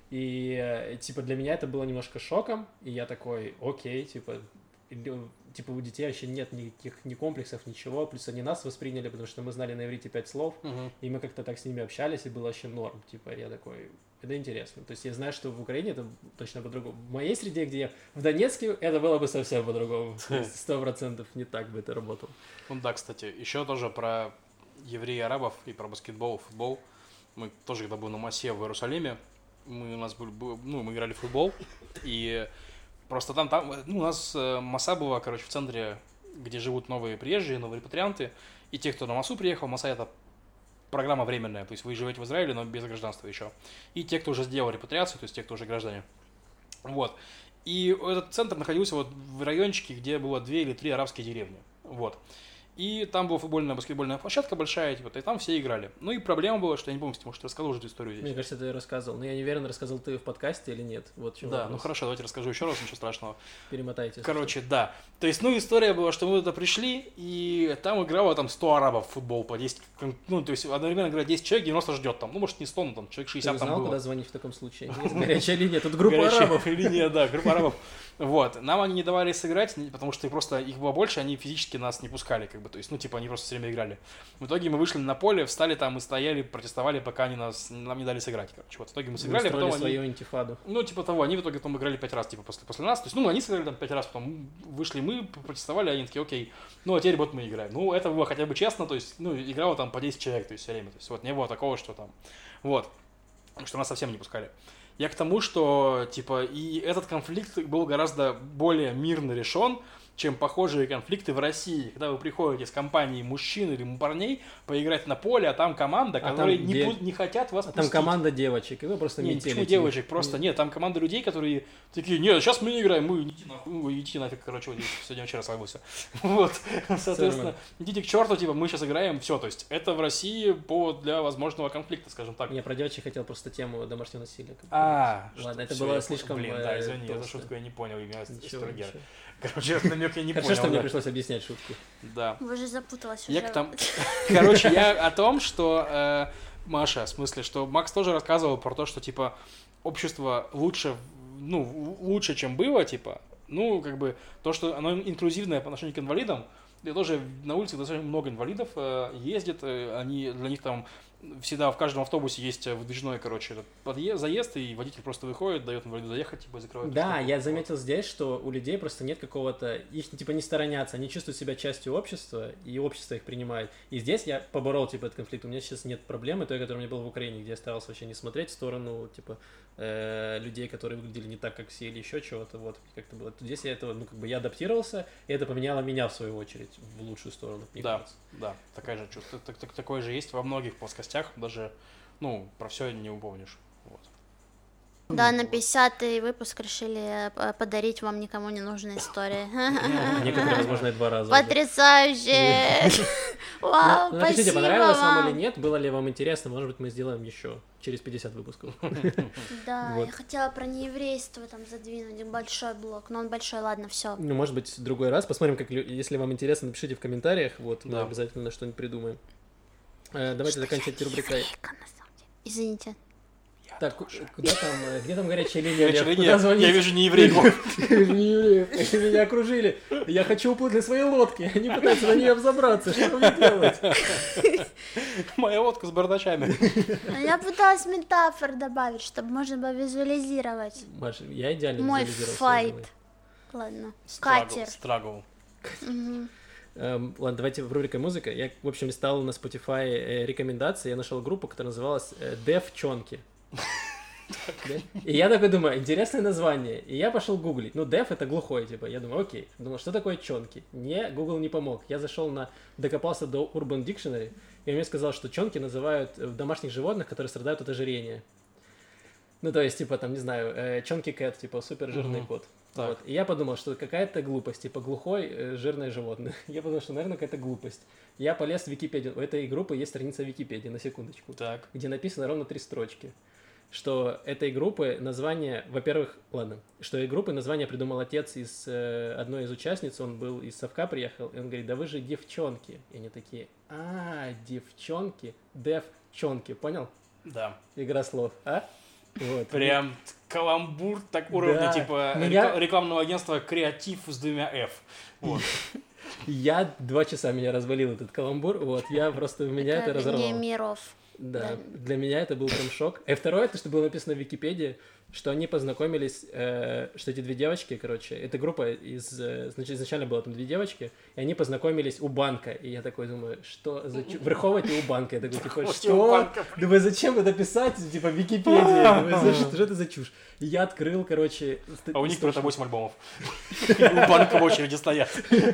и, типа, для меня это было немножко шоком, и я такой, окей, типа, типа, у детей вообще нет никаких ни комплексов, ничего, плюс они нас восприняли, потому что мы знали на иврите пять слов, uh-huh. и мы как-то так с ними общались, и было вообще норм, типа, я такой, это интересно, то есть я знаю, что в Украине это точно по-другому, в моей среде, где я, в Донецке, это было бы совсем по-другому, сто процентов не так бы это работало. Ну да, кстати, еще тоже про евреев, арабов и про баскетбол, футбол, мы тоже, когда были на Массе в Иерусалиме, мы у нас были, ну, мы играли в футбол, и просто там, там, ну, у нас Масса была, короче, в центре, где живут новые приезжие, новые репатрианты, и те, кто на Массу приехал, Масса это программа временная, то есть вы живете в Израиле, но без гражданства еще, и те, кто уже сделал репатриацию, то есть те, кто уже граждане, вот, и этот центр находился вот в райончике, где было две или три арабские деревни, вот. И там была футбольная, баскетбольная площадка большая, типа, и там все играли. Ну и проблема была, что я не помню, если ты, может, рассказал уже эту историю здесь. Мне кажется, ты ее рассказывал. Но я не уверен, рассказал ты в подкасте или нет. Вот чего да, вопрос. Ну хорошо, давайте расскажу еще раз, ничего страшного. Перемотайте. Короче, да. То есть, ну, история была, что мы туда пришли, и там играло там сто арабов в футбол по десять. Ну, то есть, одновременно играет десять человек, девяносто ждет там. Ну, может, не сто, но там человек шестьдесят ты там знал, было. Куда звонить в таком случае? Есть горячая линия, тут группа арабов. Горячая линия, да, группа арабов. Вот. Нам они не давали сыграть, потому что просто их было больше, они физически нас не пускали, как бы. То есть, ну, типа, они просто все время играли. В итоге мы вышли на поле, встали там и стояли, протестовали, пока они нас, нам не дали сыграть, короче. Вот в итоге мы сыграли, мы потом свою они... интифаду. Ну, типа того, они в итоге потом играли пять раз, типа, после, после нас. То есть, ну, они сыграли там пять раз, потом вышли мы, протестовали, они такие, окей, ну, а теперь вот мы играем. Ну, это было хотя бы честно, то есть, ну, играло там по десять человек, то есть, все время. То есть, вот, не было такого, что там, вот, что нас совсем не пускали. Я к тому, что, типа, и этот конфликт был гораздо более мирно решен, чем похожие конфликты в России, когда вы приходите с компанией мужчин или парней поиграть на поле, а там команда, А которые там не, де- бу- не хотят вас А пустить. там команда девочек, и вы просто Не, метелите почему их. девочек? Просто нет, там команда людей, которые такие, нет, сейчас мы не играем, мы идите нахуй, вы идите нафиг, короче, вот сегодня вчера собрался. Вот, соответственно, идите к черту, типа, мы сейчас играем, все, то есть это в России повод для возможного конфликта, скажем так. Я про девочек хотел просто тему домашнего насилия. как бы. А, Ладно, это всё, было я слишком, понял. Блин, э, да, извини, эту толсто. шутку я не понял, имя Ничего, Строгера. ничего. Короче, этот намек я не Хорошо, понял. что мне да. пришлось объяснять шутки. Да. Вы же запуталась Я уже. к тому... Короче, я о том, что... э, Маша, в смысле, что Макс тоже рассказывал про то, что, типа, общество лучше, ну, лучше, чем было, типа, ну, как бы, то, что оно инклюзивное по отношению к инвалидам. Я тоже на улице достаточно много инвалидов э, ездит, э, они, для них там всегда в каждом автобусе есть выдвижной, короче, этот подъезд, заезд, и водитель просто выходит, дает инвалиду заехать, типа, и закрывает. Да, штуку. я заметил здесь, что у людей просто нет какого-то... Их, типа, не сторонятся, они чувствуют себя частью общества, и общество их принимает. И здесь я поборол, типа, этот конфликт. У меня сейчас нет проблемы той, которая у меня была в Украине, где я старался вообще не смотреть в сторону, типа, э, людей, которые выглядели не так, как все, или еще чего-то, вот, как-то было. Тут здесь я этого, ну, как бы, я адаптировался, и это поменяло меня, в свою очередь, в лучшую сторону, мне Да, кажется. да, такая же чувство. Так- так- Такое же есть во многих плоскостях, даже, ну, про все не упомнишь. Вот. Да, на пятидесятый выпуск решили э, подарить вам никому не нужные истории. Некоторые, возможно, и два раза. уже. Потрясающе! Вау, Ну, напишите, спасибо понравилось вам или вам. нет, было ли вам интересно, может быть, мы сделаем еще через пятьдесят выпусков. Да, Вот. я хотела про нееврейство там задвинуть большой блок, но он большой, ладно, все. Ну, может быть, в другой раз. Посмотрим, как лю- если вам интересно, напишите в комментариях. Вот, мы Да. обязательно что-нибудь придумаем. Э, давайте заканчивать рубрикой. Извините. Так, ку- куда там, э, где там горячая линия? Горячая Лев? линия, Куда звонить? я вижу не еврейку. Не евреев. Они меня окружили. Я хочу уплыть на своей лодке. Они пытаются на нее взобраться. Что мне делать? Моя лодка с бардачами. Я пыталась метафор добавить, чтобы можно было визуализировать. Маша, я идеально Мой визуализировал файт. свой живой. Ладно. Страгл, Катер. страгл. Мгм. Эм, ладно, давайте в рубрике музыка. Я, в общем, листал на Spotify э, рекомендации. Я нашел группу, которая называлась э, Девчонки. Да? И я такой думаю, интересное название. И я пошел гуглить. Ну, деф это глухой, типа. Я думаю, окей. Думал, что такое чонки? Не, Google не помог. Я зашел на, докопался до Urban Dictionary, и он мне сказал, что чонки называют э, домашних животных, которые страдают от ожирения. Ну, то есть, типа, там, не знаю, э, чонки кэт, типа, супер жирный Мгм. кот. Так. Вот. И я подумал, что какая-то глупость, типа, глухой э, жирное животное. Я подумал, что, наверное, какая-то глупость. Я полез в Википедию. У этой группы есть страница Википедии, на секундочку, Так. где написано ровно три строчки. Что этой группы название, во-первых, ладно, что этой группы название придумал отец из э, одной из участниц, он был из Совка приехал, и он говорит, да вы же девчонки. И они такие, а, девчонки, девчонки, понял? Да. Игра слов, а? Вот. Прям каламбур так уровня, Да. типа, Меня- рекла- рекламного агентства «Креатив» с двумя «Ф». Вот. Я два часа меня развалил этот каламбур, вот, я просто, меня это Это разорвало. не миров. Да, Да. для меня это был прям шок. И второе, то, что было написано в Википедии, что они познакомились, э, что эти две девочки, короче, эта группа из, э, значит, изначально было там две девочки, и они познакомились у банка. И я такой думаю, что за чу... Враховывайте у банка. Я такой, типа, Враховывайте у что? банка, Думаю, зачем это писать, типа, в Википедии? Думаю, за что, что это за чушь? И я открыл, короче... А у них источник. только восемь альбомов. У банка в очереди стоят.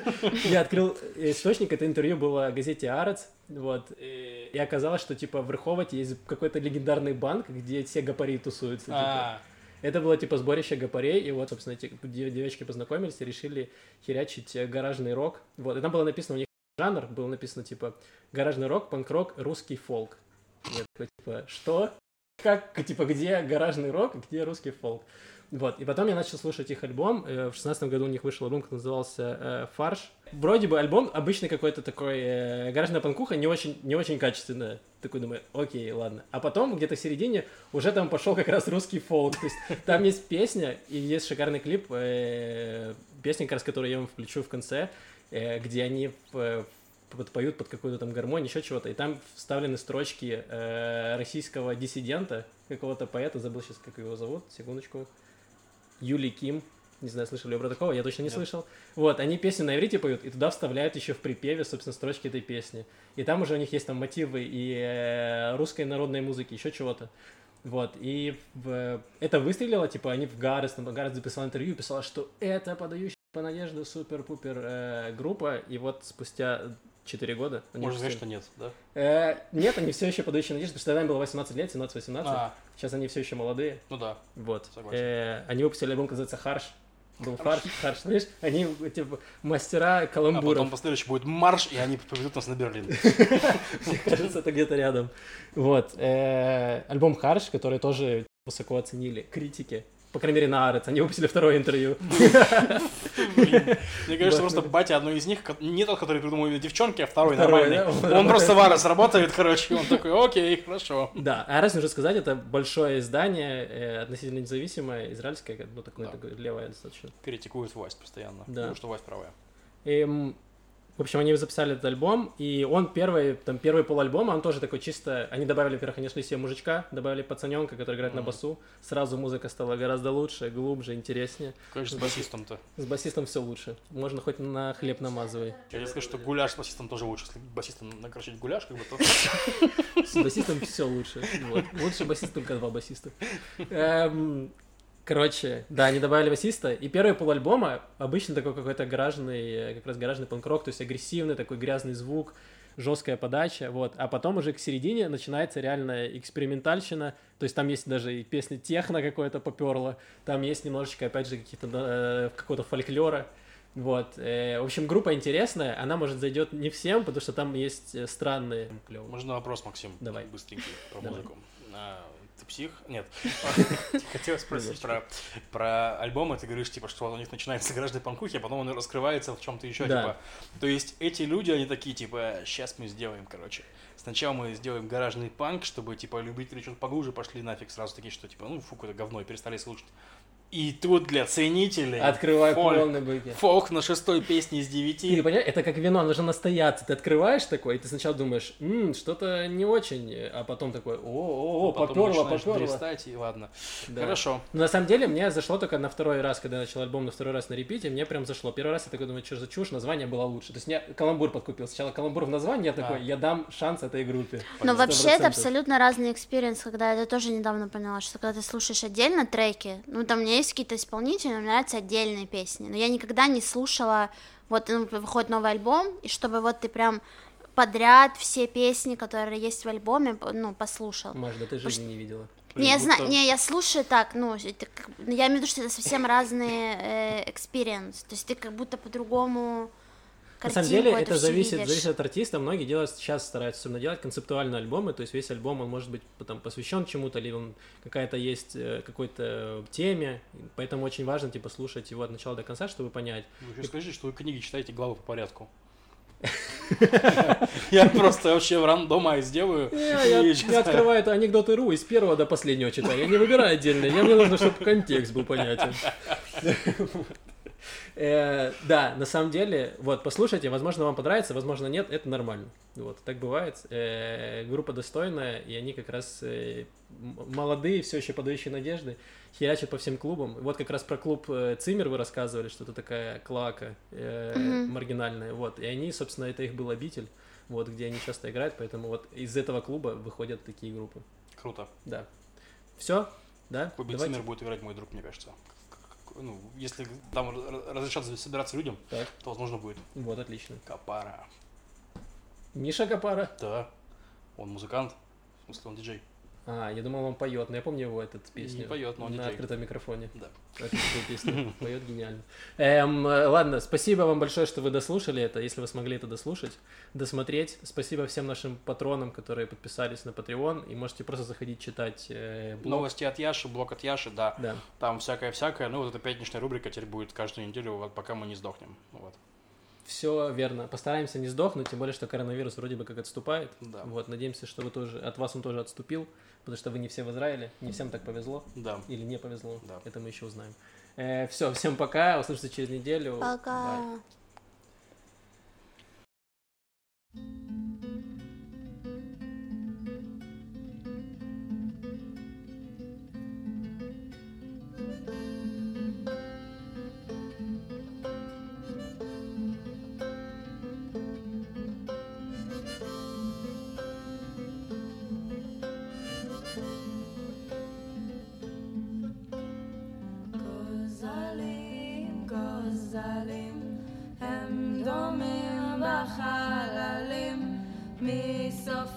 Я открыл источник, это интервью было в газете «Арец», вот, и и оказалось, что, типа, в Рыховоте есть какой-то легендарный банк, где все гопари тусуются, типа. А, Это было, типа, сборище гопарей, и вот, собственно, эти дев- девочки познакомились и решили херячить э, гаражный рок, вот, и там было написано, у них жанр, было написано, типа, гаражный рок, панк-рок, русский фолк. Я такой, типа, что? Как, типа, где гаражный рок, где русский фолк? Вот, и потом я начал слушать их альбом, э, в шестнадцатом году у них вышел альбом, который назывался э, «Фарш». Вроде бы альбом обычный какой-то такой, э, гаражная панкуха, не очень, не очень качественная. Такой думаю, окей, ладно. А потом где-то в середине уже там пошел как раз русский фолк, то есть там есть песня, и есть шикарный клип, э, песня, как раз, которую я вам включу в конце, э, где они э, под- поют под какую-то там гармонию, еще чего-то, и там вставлены строчки э, российского диссидента, какого-то поэта, забыл сейчас, как его зовут, секундочку, Юлий Ким, не знаю, слышали ли вы про такого, я точно не Нет. слышал. Вот, они песню на иврите поют, и туда вставляют еще в припеве, собственно, строчки этой песни. И там уже у них есть там мотивы и э, русской народной музыки, еще чего-то. Вот, и в- это выстрелило, типа, они в Гаррес, там, Гаррес записал интервью, писал, что это подающий По Надежде супер-пупер э, группа, и вот спустя четыре года... Можно сказать, что нет, да? Э, нет, они все еще подающие надежды, потому что тогда им было восемнадцать лет, семнадцать-восемнадцать. А. Сейчас они все еще молодые. Ну да. Вот. Согласен. Э, они выпустили альбом, который называется «Харш». Был фарш, харш, знаешь, они типа мастера А каламбуров. потом последующий будет марш, и они поведут нас на Берлин. Мне кажется, это где-то рядом. Вот. Э, альбом «Харш», который тоже высоко оценили критики. По крайней мере, на Арец. Они выпустили второе интервью. Мне кажется, просто батя одной из них, не тот, который придумал девчонки, а второй нормальный. Он просто в Арец работает, короче, он такой, окей, хорошо. Да, Арец, нужно сказать, это большое издание, относительно независимое, израильское, ну, такое левое достаточно. Критикует власть постоянно, Да. потому что власть правая. В общем, они записали этот альбом, и он первый, там, первый полальбома, он тоже такой чисто... Они добавили, во-первых, они нашли себе мужичка, добавили пацаненка, который играет mm-hmm. на басу. Сразу музыка стала гораздо лучше, глубже, интереснее. Конечно, с басистом-то. С басистом все лучше. Можно хоть на хлеб намазывай. Я скажу, что гуляш с басистом тоже лучше. Если басистом накрутить гуляш, как бы, то... С басистом все лучше. Вот. Лучше басист, только два басиста. Эм... Короче, да, они добавили басиста, и первый полальбома обычно такой какой-то гаражный, как раз гаражный панк-рок, то есть агрессивный, такой грязный звук, жесткая подача, вот, а потом уже к середине начинается реальная экспериментальщина, то есть там есть даже и песня техно какое-то поперло, там есть немножечко, опять же, какие-то, э, какого-то фольклора, вот, э, в общем, группа интересная, она, может, зайдет не всем, потому что там есть странные... Клёвые. Можно вопрос, Максим? Давай. Быстренький про Давай. музыку. Ты псих? Нет. Хотел спросить про, про альбомы. Ты говоришь, типа, что у них начинается гаражной панкухи, а потом он раскрывается в чем-то еще. Да. Типа. То есть эти люди, они такие, типа, сейчас мы сделаем, короче. Сначала мы сделаем гаражный панк, чтобы, типа, любители что-то поглубже пошли нафиг сразу такие, что, типа, ну, фу, какое говно, и перестали слушать. И тут для ценителей... Открывай фольк, полный быки. Фолк на шестой песне из девяти. Ты понимаешь, это как вино, оно же настояться. Ты открываешь такой, и ты сначала думаешь, м-м, что-то не очень, а потом такой, о-о-о, попёрло, попёрло. Перестать, и ладно. Да. Хорошо. Но на самом деле мне зашло только на второй раз, когда я начал альбом на второй раз на репите, мне прям зашло. Первый раз я такой думаю, что за чушь, название было лучше. То есть мне каламбур подкупил. Сначала каламбур в названии, я такой, а. я дам шанс этой группе. Но вообще это абсолютно разный экспириенс, когда я тоже недавно поняла, что когда ты слушаешь отдельно треки, ну там у меня есть какие-то исполнители, мне нравятся отдельные песни, но я никогда не слушала, вот ну, выходит новый альбом, и чтобы вот ты прям подряд все песни, которые есть в альбоме, ну, послушал. Маш, да ты жизни не видела. Не, я знаю, не, я слушаю так, ну, это, я имею в виду, что это совсем разные экспириенс, э, то есть ты как будто по-другому... На самом деле это зависит, зависит от артиста. Многие делают, сейчас стараются особенно делать концептуальные альбомы, то есть весь альбом, он может быть там посвящен чему-то, или он какая-то есть какой-то теме, поэтому очень важно типа слушать его от начала до конца, чтобы понять. Вы еще скажите, что вы книги читаете главы по порядку. Я просто вообще в рандома сделаю. Я открываю это анекдоты точка ру и с первого до последнего читаю. Я не выбираю отдельно, мне нужно, чтобы контекст был понятен. Э, да, на самом деле, вот, послушайте, возможно, вам понравится, возможно, нет, это нормально. Вот, так бывает. Э, группа достойная, и они как раз э, молодые, все еще подающие надежды, херячат по всем клубам. Вот как раз про клуб э, Циммер вы рассказывали, что это такая клака э, mm-hmm. маргинальная. Вот, и они, собственно, это их был обитель, вот, где они часто играют, поэтому вот из этого клуба выходят такие группы. Круто. Да. Все? Да? В клубе Циммер будет играть мой друг, мне кажется. Ну, если там разрешат собираться людям, так. то, возможно, будет. Вот, отлично. Капара. Миша Капара? Да. Он музыкант, в смысле, он диджей. А, я думал, он поет, но я помню его этот песню. Не поет, но он на диджей. открытом микрофоне. Да. Отличная песня. Поет гениально. Эм, ладно, спасибо вам большое, что вы дослушали это, если вы смогли это дослушать, досмотреть. Спасибо всем нашим патронам, которые подписались на Patreon, и можете просто заходить читать э, блог. Новости от Яши, блог от Яши, да. Да. Там всякое-всякое. Ну, вот эта пятничная рубрика теперь будет каждую неделю, вот, пока мы не сдохнем. Вот. Все верно. Постараемся не сдохнуть, тем более, что коронавирус вроде бы как отступает. Да. Вот, надеемся, что вы тоже, от вас он тоже отступил, потому что вы не все в Израиле, не всем так повезло. Да. Или не повезло. Да. Это мы еще узнаем. Э, все, всем пока, услышимся через неделю. Пока. Bye. Gozalim, gozalim. מוטלים, הם דומים בחללים, מסוף